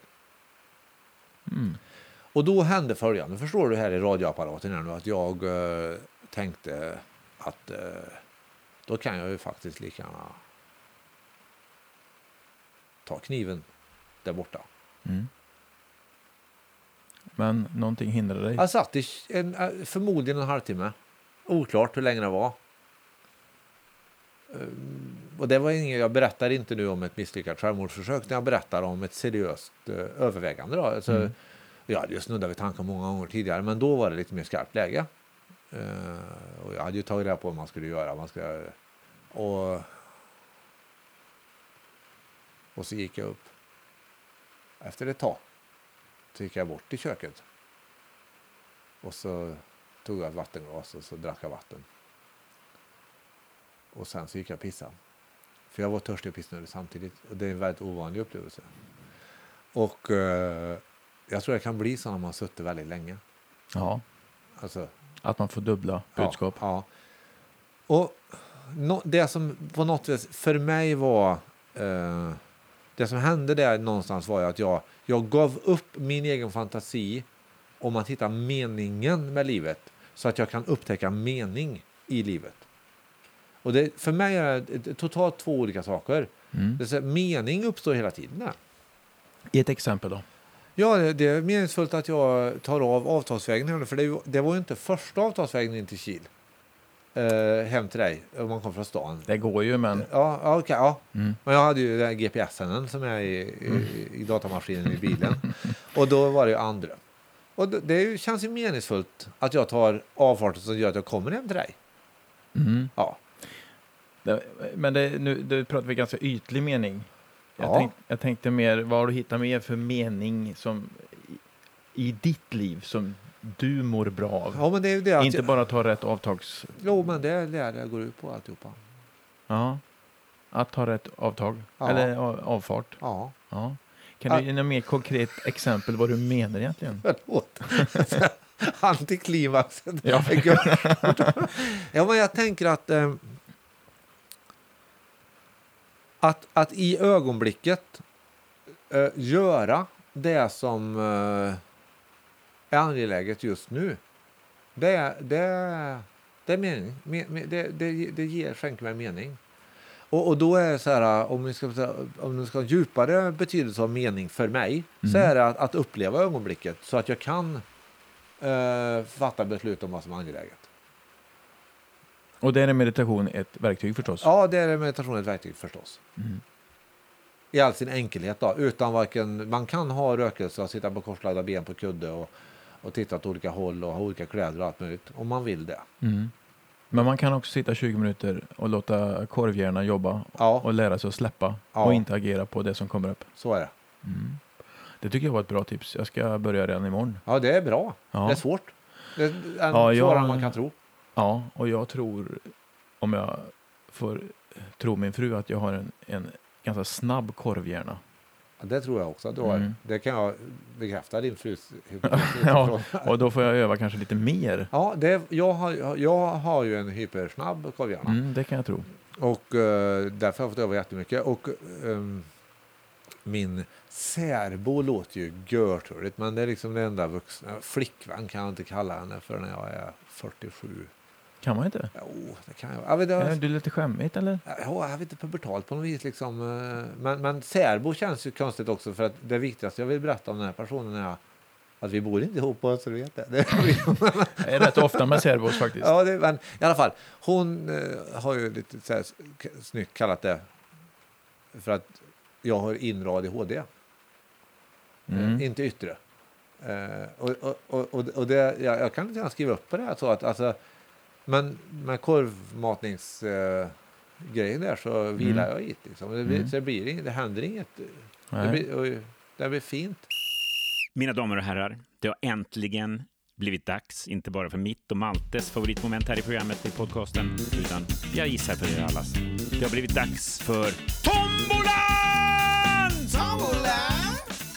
Och då hände följande. Förstår du här i radioapparaten här nu att jag tänkte att då kan jag ju faktiskt lika gärna ta kniven där borta. Men någonting hindrade dig? Jag satt i förmodligen en halvtimme. Oklart hur länge det var. Och det var inget, jag berättar inte nu om ett misslyckat självmordsförsök, när jag berättar om ett seriöst övervägande. Då. Alltså, jag hade ju snuddat vid tanken många gånger tidigare, men då var det lite mer skarpt läge. Och jag hade ju tagit reda på vad man skulle göra. Och så gick jag upp. Efter ett tag så gick jag bort till köket. Och så tog jag ett vattenglas och så drack jag vatten. Och sen så gick jag och pissade. För jag var törstig och pissnödig samtidigt. Och det är en väldigt ovanlig upplevelse. Och jag tror det kan bli så när man suttit väldigt länge. Ja. Alltså, Att man får dubbla budskap. Ja. Och det som på något vis för mig var det som hände där någonstans var ju att jag gav upp min egen fantasi om att hitta meningen med livet så att jag kan upptäcka mening i livet. Och det, för mig är det totalt två olika saker. Mening uppstår hela tiden där. I ett exempel då? Ja, det är meningsfullt att jag tar av avtalsvägen här nu, för det var ju inte första avtalsvägen in till Kil. Hem till dig, om man kom från stan. Det går ju, men... Ja, okej, ja. Men jag hade ju den här GPSen som är i datamaskinen i bilen. Och då var det ju andra. Och det känns ju meningsfullt att jag tar avfarten som gör att jag kommer hem till dig. Ja. Men nu pratar vi ganska ytlig mening. Jag tänkte mer, vad har du hittat mer för mening som i ditt liv som du mår bra av? Ja, men det är ju det att inte bara ta rätt avtags... Jo, men det är det jag går ut på alltihopa. Ja. Att ta rätt avtag. Ja. Eller avfart. Ja. Kan du ge något mer konkret exempel vad du menar egentligen? Förlåt. Antiklimaxen. Ja. Ja, men jag tänker att i ögonblicket göra det som är angeläget just nu. Det är mening. Det skänker mig mening. Och då är det så här, om du ska ha djupare betydelse av mening för mig, så är det att uppleva ögonblicket så att jag kan fatta beslut om vad som är angeläget. Och det är meditation ett verktyg förstås? Ja, det är meditation ett verktyg förstås. I all sin enkelhet då. Utan man kan ha rökelse och sitta på korslagda ben på kudde och titta åt olika håll och ha olika kläder och allt möjligt. Om man vill det. Men man kan också sitta 20 minuter och låta korvhjärnan jobba och lära sig att släppa och inte agera på det som kommer upp. Så är det. Det tycker jag var ett bra tips. Jag ska börja redan imorgon. Ja, det är bra. Ja. Det är svårt. Det är svårare än man kan tro. Ja, och jag tror, om jag får tro min fru, att jag har en ganska snabb korvhjärna. Ja, det tror jag också att du har. Det kan jag bekräfta din frus. Ja, och då får jag öva kanske lite mer. Ja, jag har ju en hypersnabb korvhjärna. Det kan jag tro. Och därför har jag fått öva jättemycket. Och min särbo låter ju görturligt, men det är liksom den enda vuxna. Flickvän kan jag inte kalla henne för när jag är 47. Kan man inte? Jo, det kan jag. Är du lite skämmigt eller? Ja, jag vet inte, pubertalt på något vis liksom. Men särbo känns ju konstigt också, för att det viktigaste jag vill berätta om den här personen är att vi bor inte ihop, så du vet det. Det är rätt ofta med särbos faktiskt. Ja, men i alla fall. Hon har ju lite så här snyggt kallat det för att jag har inre ADHD. Inte yttre. Och det, jag kan inte gärna skriva upp på det här så att alltså, men med korvmatnings grejen där så vilar jag i liksom. Det händer inget. Det blir fint. Mina damer och herrar, det har äntligen blivit dags, inte bara för mitt och Maltes favoritmoment här i programmet i podcasten, utan jag gissar för er allas. Det har blivit dags för Tombolan! Tombolan!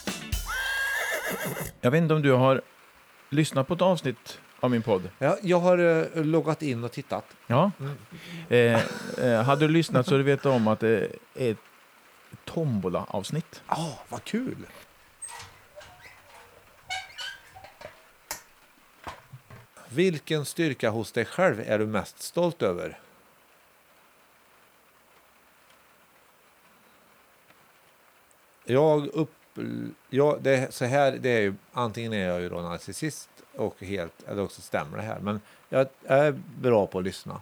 Jag vet inte om du har lyssnat på ett avsnitt av min podd. Ja, jag har loggat in och tittat. Ja. Hade du lyssnat så du vet om att det är ett tombola-avsnitt. Vad kul! Vilken styrka hos dig själv är du mest stolt över? Det är ju, antingen är jag ju då narcissist och helt, eller också stämmer det här. Men jag är bra på att lyssna.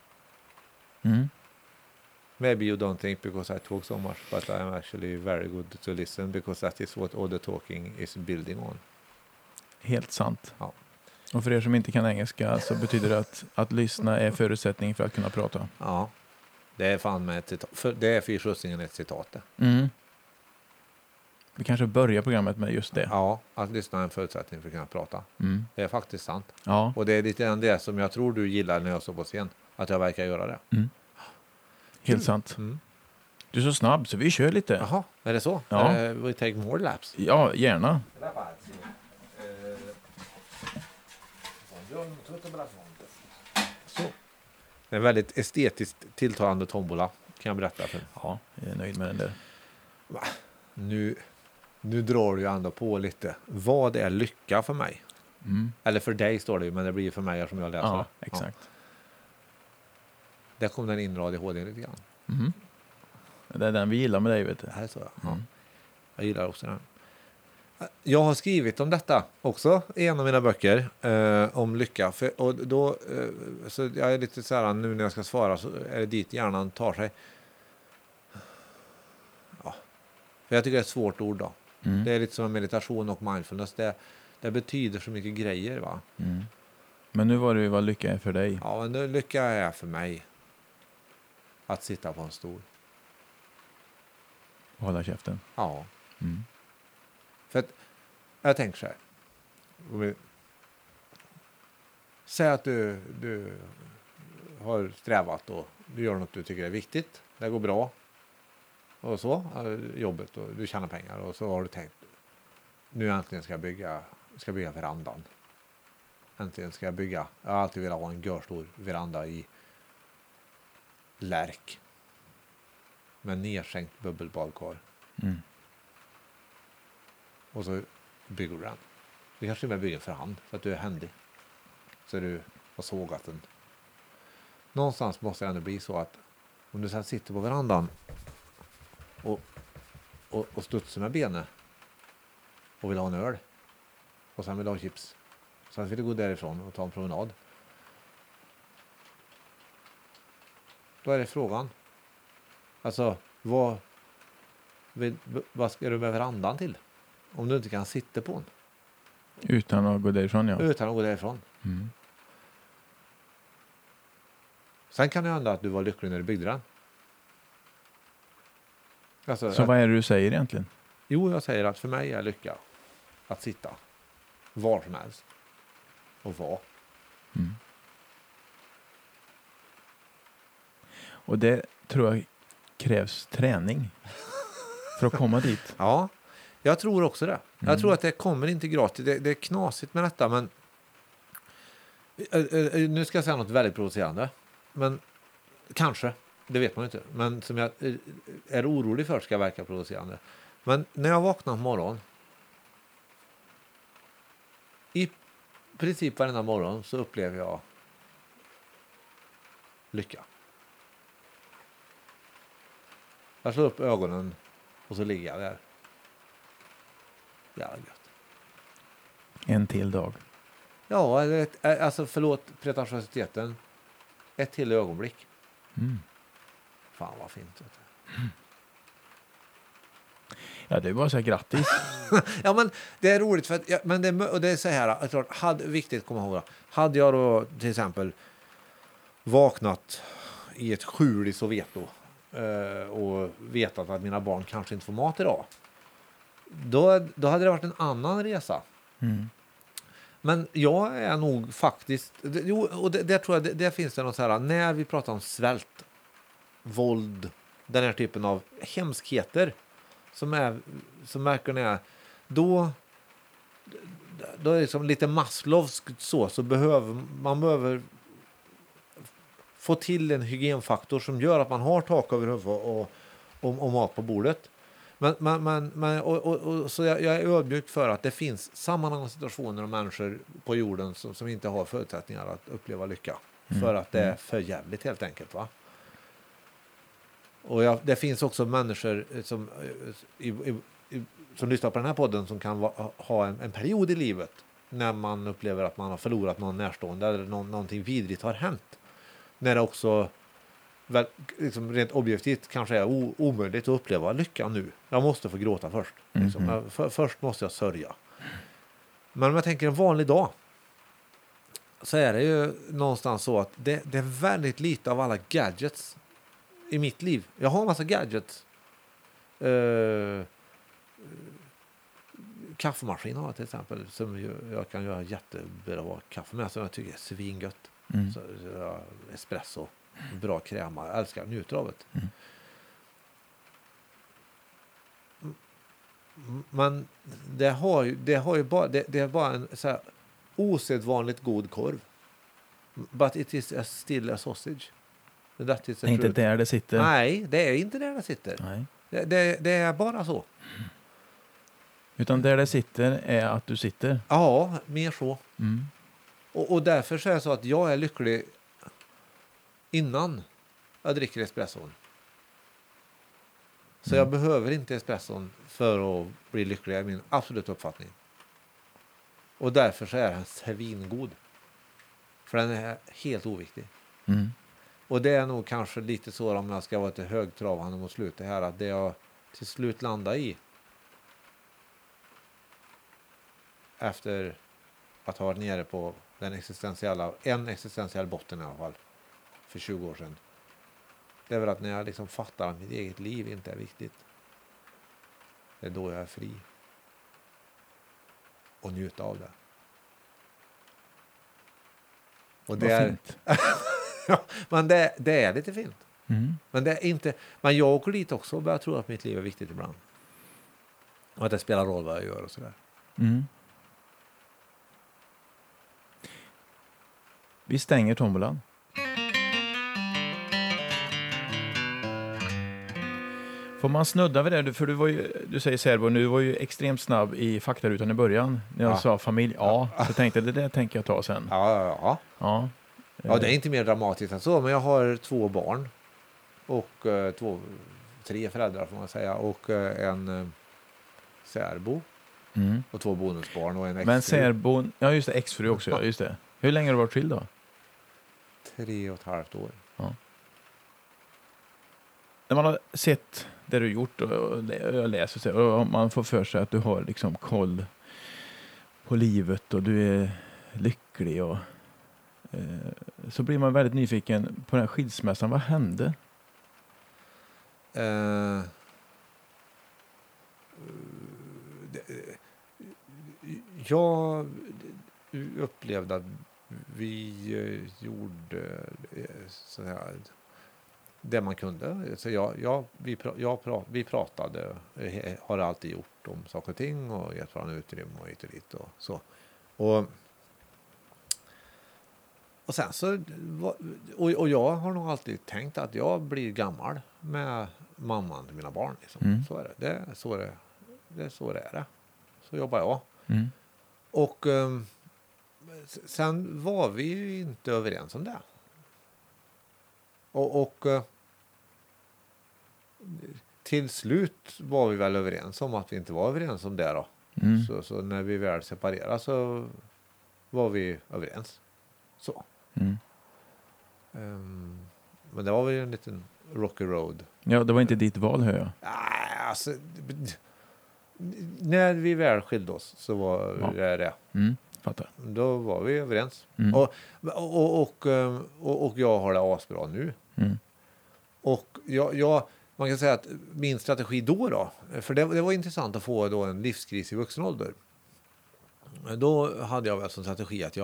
Maybe you don't think because I talk so much, but I'm actually very good to listen because that is what all the talking is building on. Helt sant. Ja. Och för er som inte kan engelska så betyder det att lyssna är förutsättning för att kunna prata. Ja, det är fan med ett citat. Det är för skjutsningen ett citat. Vi kanske börjar programmet med just det. Ja, att lyssna är en förutsättning för att kunna prata. Det är faktiskt sant. Ja. Och det är lite grann det som jag tror du gillar när jag står på scen. Att jag verkar göra det. Helt sant. Du är så snabb så vi kör lite. Jaha, är det så? Ja. We take more laps. Ja, gärna. Så. En väldigt estetiskt tilltalande tombola kan jag berätta för. Ja, jag är nöjd med den där. Nu drar du ju ändå på lite. Vad är lycka för mig? Eller för dig står det ju, men det blir för mig som jag läser. Ja, exakt. Ja. Där kom den in ADHD lite grann. Det är den vi gillar med dig, vet du. Det här är så, ja. Jag gillar också den. Jag har skrivit om detta också i en av mina böcker om lycka. Så jag är lite så här, nu när jag ska svara så är det dit hjärnan tar sig. Ja. För jag tycker det är ett svårt ord då. Det är lite som meditation och mindfulness. Det betyder så mycket grejer, va? Men nu var det ju vad lycka är för dig. Ja, men lycka är för mig att sitta på en stol. Och hålla käften. Ja. För att jag tänker så här. Säg att du har strävat och du gör något du tycker är viktigt. Det går bra. Och så, jobbet och du tjänar pengar och så har du tänkt nu äntligen ska jag bygga verandan. Äntligen ska jag bygga. Jag har alltid velat ha en görstor veranda i lärk. Med nedsänkt bubbelbadkar. Och så bygger du den. Du kanske inte bygger för hand för att du är händig. Så du har sågat den. Någonstans måste det ändå bli så att om du sen sitter på verandan och studsar med benen och vill ha en öl och sen vill ha chips. Sen vill du gå därifrån och ta en promenad. Då är det frågan. Alltså, vad ska du med verandan till? Om du inte kan sitta på den. Utan att gå därifrån, ja. Utan att gå därifrån. Sen kan det hända att du var lycklig när du byggde den. Alltså, så vad är det du säger egentligen? Jo, jag säger att för mig är lycka att sitta var som helst och vara. Och det tror jag krävs träning för att komma dit. Ja, jag tror också det. Jag tror att det kommer inte gratis. Det är knasigt med detta, men nu ska jag säga något väldigt provocerande. Men kanske, det vet man inte. Men som jag är orolig för ska verka provocerande. Men när jag vaknar på morgonen, i princip varenda morgon så upplever jag lycka. Jag slår upp ögonen och så ligger jag där. Ja, gött. En till dag. Ja, alltså förlåt pretentiositeten. Ett till ögonblick. Fan vad fint. Ja, det är bara att säga grattis. Ja, men det är roligt för att, men det är så här, klart, viktigt att komma ihåg. Hade jag då till exempel vaknat i ett skjul i Soveto och vetat att mina barn kanske inte får mat idag. Då hade det varit en annan resa. Men jag är nog faktiskt... och det tror jag, det finns det något så här, när vi pratar om svält, våld, den här typen av hemskheter som verkligen är... Då är det liksom lite Maslowsk så behöver man få till en hygienfaktor som gör att man har tak över huvudet och mat på bordet. Så jag är ödmjuk för att det finns sammanhang och situationer och människor på jorden som inte har förutsättningar att uppleva lycka. För att det är för jävligt helt enkelt, va? Och det finns också människor som lyssnar på den här podden som kan ha en period i livet när man upplever att man har förlorat någon närstående eller någonting vidrigt har hänt. När det också liksom rent objektivt kanske är omöjligt att uppleva lycka nu. Jag måste få gråta först. Liksom. Först måste jag sörja. Men om jag tänker en vanlig dag så är det ju någonstans så att det är väldigt lite av alla gadgets i mitt liv. Jag har en massa gadgets. Kaffemaskin har jag till exempel som jag kan göra jättebra kaffe med som jag tycker är svingött. Så, espresso, bra kräma, jag älskar, njuter av det. Men det är bara en så här osedvanligt god korv. But it is still a sausage. That is det är inte där det sitter. Nej, det är inte där det sitter. Nej. Det är bara så. Utan där det sitter är att du sitter. Ja, mer så. Och därför så är det så att jag är lycklig innan jag dricker espresson. Så jag behöver inte espresson för att bli lycklig, är min absoluta uppfattning. Och därför så är den svingod. För den är helt oviktig. Och det är nog kanske lite så om jag ska vara lite högtravande mot slutet här, att det jag till slut landar i efter att ha varit nere på en existentiell botten i alla fall för 20 år sedan. Det är väl att när jag liksom fattar att mitt eget liv inte är viktigt, det är då jag är fri och njuta av det. Och det är fint. men det är lite fint. Men det är inte, men jag åker dit också och börjar tro att mitt liv är viktigt ibland. Och att det spelar roll vad jag gör och sådär. Vi stänger tombolan. Får man snudda vid det? För du säger Serbo, nu var ju extremt snabb i faktarutan i början. När jag sa familj, så tänkte jag, det tänker jag ta sen. Ja, det är inte mer dramatiskt än så, men jag har 2 barn. Och 3 föräldrar får man säga. Och en särbo. Och 2 bonusbarn och en exfru. Men särbon, ja just det, exfru också, ja, just det. Hur länge har du varit skild då? 3,5 år. Ja. När man har sett det du gjort och jag läser och man får för sig att du har liksom koll på livet och du är lycklig och så blir man väldigt nyfiken på den här skilsmässan. Vad hände? Jag upplevde att vi gjorde så här det man kunde. Så vi pratade, har alltid gjort om saker och ting och gett varandra utrymme och hit och dit och så. Och sen så och jag har nog alltid tänkt att jag blir gammal med mamman till mina barn liksom. Så är det. Så är det. Så jobbar jag. Och sen var vi ju inte överens om det. Och till slut var vi väl överens om att vi inte var överens om det då. Så när vi väl separerade så var vi överens. Så. Men det var väl en liten rocky road. Ja, det var inte ditt val, hör jag. Nej, alltså när vi väl skilde oss så var det. Fattar. Då var vi överens. Och jag har det asbra nu. Och man kan säga att min strategi då, för det var intressant att få då en livskris i vuxen ålder. Då hade jag väl som strategi att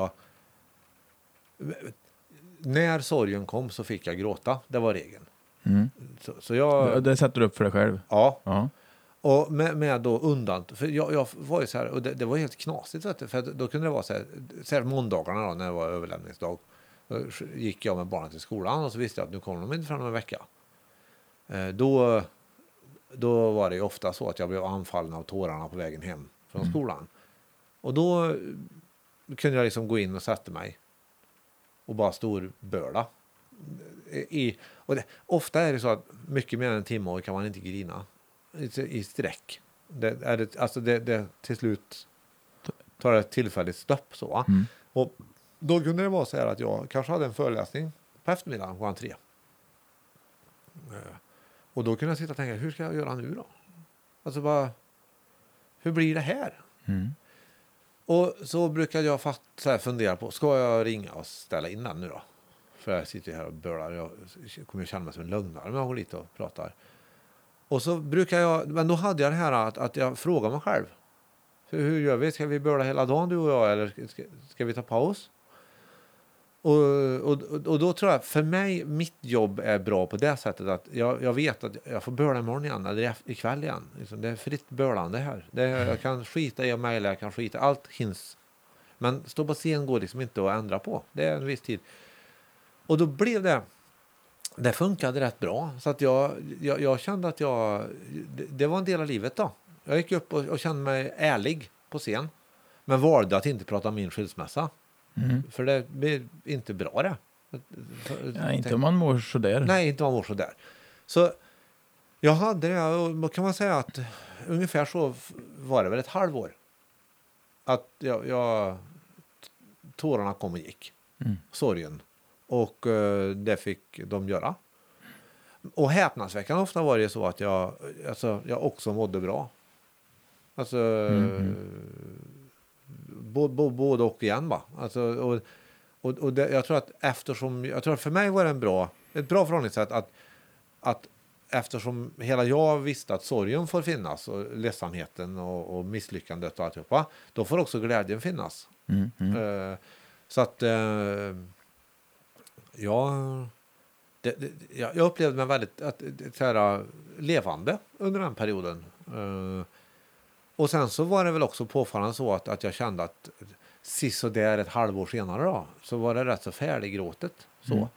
när sorgen kom så fick jag gråta. Det var regeln. Så jag... Det sätter du upp för dig själv? Ja. Och med då för jag var ju så här, och det var helt knasigt, vet du, för då kunde det vara så här måndagarna då, när det var överlämningsdag. Då gick jag med barnen till skolan och så visste jag att nu kommer de inte fram en vecka. Då var det ju ofta så att jag blev anfallen av tårarna på vägen hem från skolan. Och då kunde jag liksom gå in och sätta mig och bara storbörda. Ofta är det så att mycket mer än en timme kan man inte grina i sträck. Det till slut tar ett tillfälligt stopp så. Och då kunde det vara så här att jag kanske hade en föreläsning på eftermiddagen klockan 3. Och då kunde jag sitta och tänka, hur ska jag göra nu då? Alltså bara, hur blir det här? Och så brukade jag fundera på, ska jag ringa och ställa in den nu då? För jag sitter här och bölar, jag kommer att känna mig som en lögnare om jag går lite och pratar. Och så brukar men då hade jag det här att jag frågar mig själv. Hur gör vi? Ska vi böla hela dagen du och jag, eller ska vi ta paus? Och då tror jag, för mig, mitt jobb är bra på det sättet att jag vet att jag får böla imorgon igen eller ikväll igen. Liksom, det är fritt bölande här. Jag kan skita i och mejla, jag kan skita, allt hinns. Men stå på scen går liksom inte att ändra på. Det är en viss tid. Och då blev det funkade rätt bra. Så att jag kände att det var en del av livet då. Jag gick upp och kände mig ärlig på scen. Men valde att inte prata om min skilsmässa. För det blir inte bra det. Ja, inte om man mår så där. Nej, inte om man mår så där. Så jag hade det, och kan man säga att ungefär så var det väl ett halvår. Att tårarna kom och gick. Sorgen. Och det fick de göra. Och häpnadsväckande ofta var det så att jag också mådde bra. Alltså både och igen va. Alltså, och det, jag tror att för mig var det ett bra förhållningssätt att eftersom hela jag visste att sorgen får finnas och ledsamheten och misslyckandet och alltihopa, då får också glädjen finnas. Så att jag upplevde mig väldigt levande under den perioden. Och sen så var det väl också påfallande så att jag kände att sist och där ett halvår senare då, så var det rätt så färdiggråtet. Så.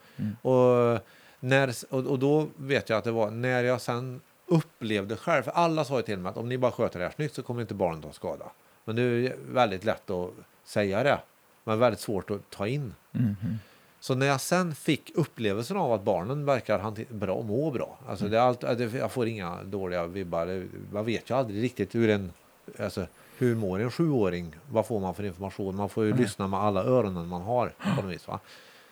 Och då vet jag att det var när jag sen upplevde själv, för alla sa ju till mig att om ni bara sköter det här snyggt så kommer inte barnen ta skada. Men det är väldigt lätt att säga det, men väldigt svårt att ta in. Så när jag sen fick upplevelsen av att barnen verkar bra och må bra. Alltså jag får inga dåliga vibbar. Man vet ju aldrig riktigt hur mår en 7-åring? Vad får man för information? Man får ju lyssna med alla öronen man har på något vis, va?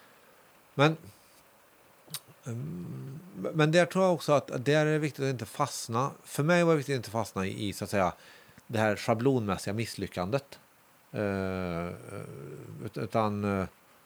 Men där tror jag också att där är det viktigt att inte fastna. För mig var det viktigt att inte fastna i så att säga det här schablonmässiga misslyckandet. Utan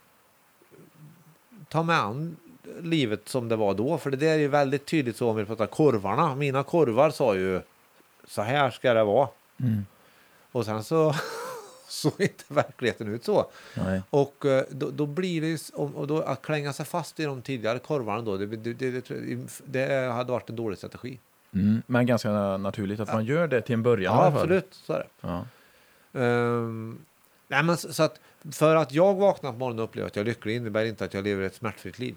ta med an livet som det var då. För det där är ju väldigt tydligt så om vi pratar korvarna. Mina korvar sa ju så här ska det vara. Och sen så såg inte verkligheten ut så. Nej. Och då blir det, och då att klänga sig fast i de tidigare korvarna då, det hade varit en dålig strategi. Men ganska naturligt att man gör det till en början. Ja, absolut. Så är det. Ja. Nej, men så att för att jag vaknar på morgonen och upplever att jag är lycklig innebär inte att jag lever ett smärtfritt liv.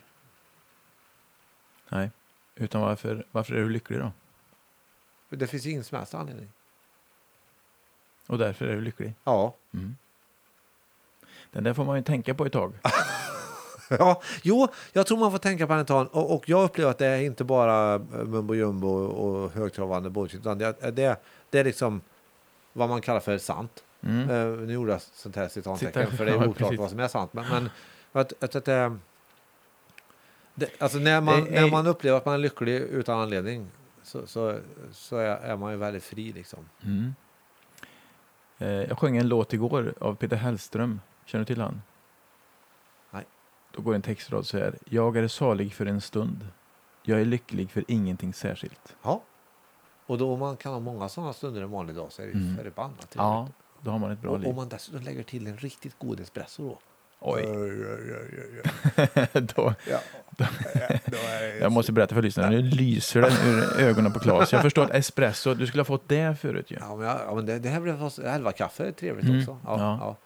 Nej, utan varför är du lycklig då? Det finns ingen som helst anledning. Och därför är du lycklig? Ja. Den där får man ju tänka på ett tag. Ja, jag tror man får tänka på den ett tag. Och jag upplever att det är inte bara mumbo jumbo och högtravande bullshit, utan det är liksom vad man kallar för sant. Nu gjorde jag sånt här citattecken för det är oklart vad som är sant. Men alltså när man upplever att man är lycklig utan anledning så är man ju väldigt fri liksom. Jag sjöng en låt igår av Peter Hellström. Känner du till han? Nej. Då går en textrad så här. Jag är salig för en stund. Jag är lycklig för ingenting särskilt. Ja. Och då man kan ha många sådana stunder en vanlig dag så är det förbannat trevligt. Ja, då har man ett bra och liv. om man dessutom lägger till en riktigt god espresso då. Oj. Då Jag måste berätta för lyssnarna. Nu lyser den ur ögonen på Claes. Jag förstår att espresso, du skulle ha fått det förut ju. Ja, men det här blev 11 kaffe, trevligt också. Ja.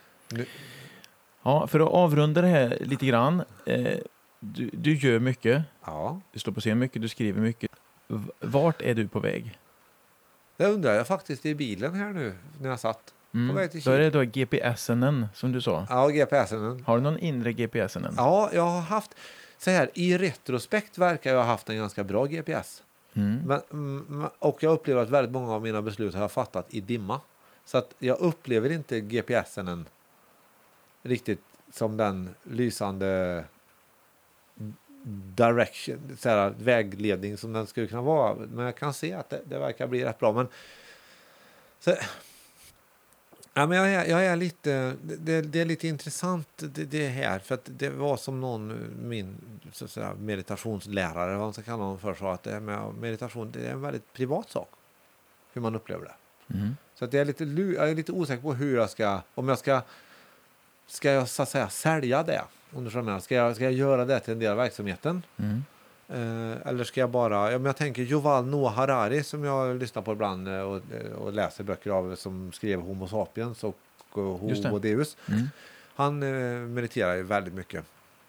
Ja, för att avrunda det här lite grann. Du gör mycket. Ja. Du står på scen mycket, du skriver mycket. Vart är du på väg? Det undrar jag faktiskt i bilen här nu när jag satt. På väg till Då är det då GPSen som du sa. Ja, GPSen. Har du någon inre GPSen? Ja, jag har haft så här i retrospekt verkar jag ha haft en ganska bra GPS. Och jag upplever att väldigt många av mina beslut har jag fattat i dimma. Så att jag upplever inte GPSen än riktigt som den lysande direction, så här, vägledning som den skulle kunna vara. Men jag kan se att det verkar bli rätt bra. Men så, ja, men jag är lite, det är lite intressant det här, för att det var som min så att säga, meditationslärare, vad man ska kalla honom för, sa att det här med meditation, det är en väldigt privat sak hur man upplever det. Så att jag är lite osäker på hur jag ska, om jag ska jag så att säga sälja det, om du förstår. Ska jag göra det till en del av verksamheten? Eller ska jag bara, jag tänker Yuval Noah Harari som jag lyssnar på ibland och läser böcker av, som skrev Homo sapiens och Homo Deus. Han mediterar ju väldigt mycket.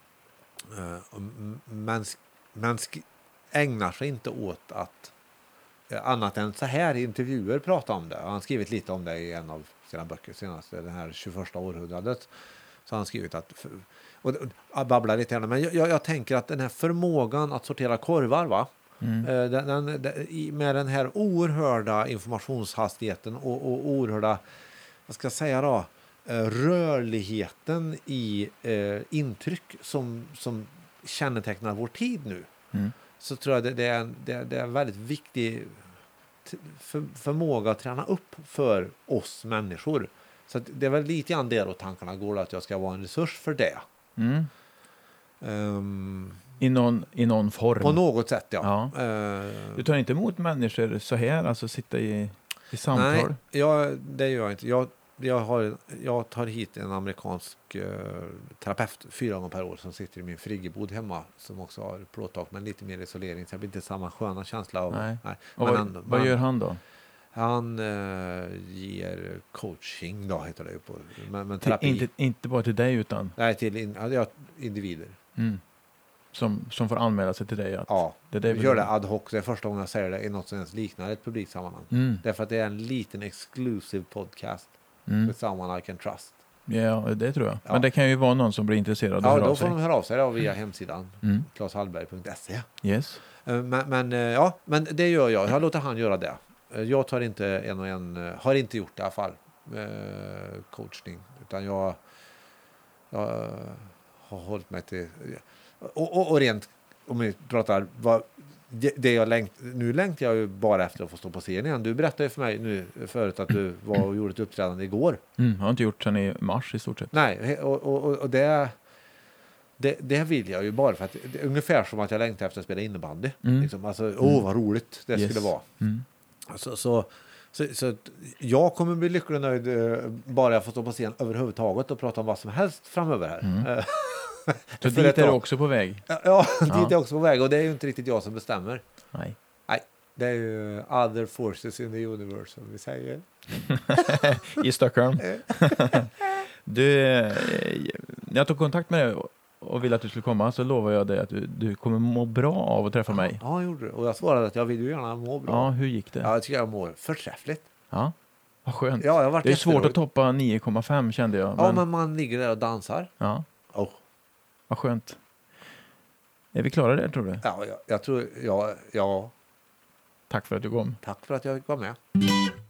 Men ägnar sig inte åt att annat än så här i intervjuer prata om det. Han har skrivit lite om det i en av sina böcker senast, det här 21 århundradet. Så har han skrivit att, och jag babblar lite grann, men jag tänker att den här förmågan att sortera korvar, va? Med den här oerhörda informationshastigheten och oerhörda, vad ska jag säga då, rörligheten i intryck som kännetecknar vår tid nu. Så tror jag det är en väldigt viktig förmåga att träna upp för oss människor. Så att det är väl lite grann där och tankarna går, att jag ska vara en resurs för det. I någon form. På något sätt, ja. Du tar inte emot människor så här, alltså sitta i samtal? Nej, det gör jag inte. Jag tar hit en amerikansk terapeut 4 gånger per år som sitter i min friggebod hemma, som också har plåttak men lite mer isolering, så det blir inte samma sköna känsla av. Nej. Vad gör han då? Han ger coaching då, heter det ju på, men terapi. Inte bara till dig utan? Nej, till individer. Som får anmäla sig till dig? Vi gör det ad hoc. Det är första gången jag säger det i något som ens liknar ett publiksammanhang. Därför att det är en liten exclusive podcast with someone I can trust. Ja, det tror jag. Ja. Men det kan ju vara någon som blir intresserad av då får de höra av sig via hemsidan claeshallberg.se. Yes. Men det gör jag. Jag låter han göra det. Jag tar inte har inte gjort det i alla fall, coachning, utan jag har hållit mig till och rent, om vi pratar nu längtar jag ju bara efter att få stå på scen igen. Du berättade ju för mig nu förut att du var och gjorde ett uppträdande igår. Jag har inte gjort sedan i mars i stort sett. Nej, och det vill jag ju bara för att det är ungefär som att jag längtar efter att spela innebandy. Liksom, alltså, vad roligt det skulle vara. Så jag kommer bli lycklig och nöjd bara jag får stå på scen överhuvudtaget och prata om vad som helst framöver här. Så dit är du också på väg? Ja, dit är jag också på väg, och det är ju inte riktigt jag som bestämmer. Nej, det är ju other forces in the universe, som vi säger. I Stockholm. Jag tog kontakt med dig och ville att du skulle komma, så lovar jag dig att du kommer må bra av att träffa mig. Ja, gjorde du. Och jag svarade att jag vill ju gärna må bra. Ja, hur gick det? Ja, jag tycker jag mår förträffligt. Ja, vad skönt. Ja, det är svårt att toppa 9,5 kände jag. Ja, men man ligger där och dansar. Ja. Vad skönt. Är vi klara där, tror du? Ja, jag tror, ja. Tack för att du kom. Tack för att jag var med.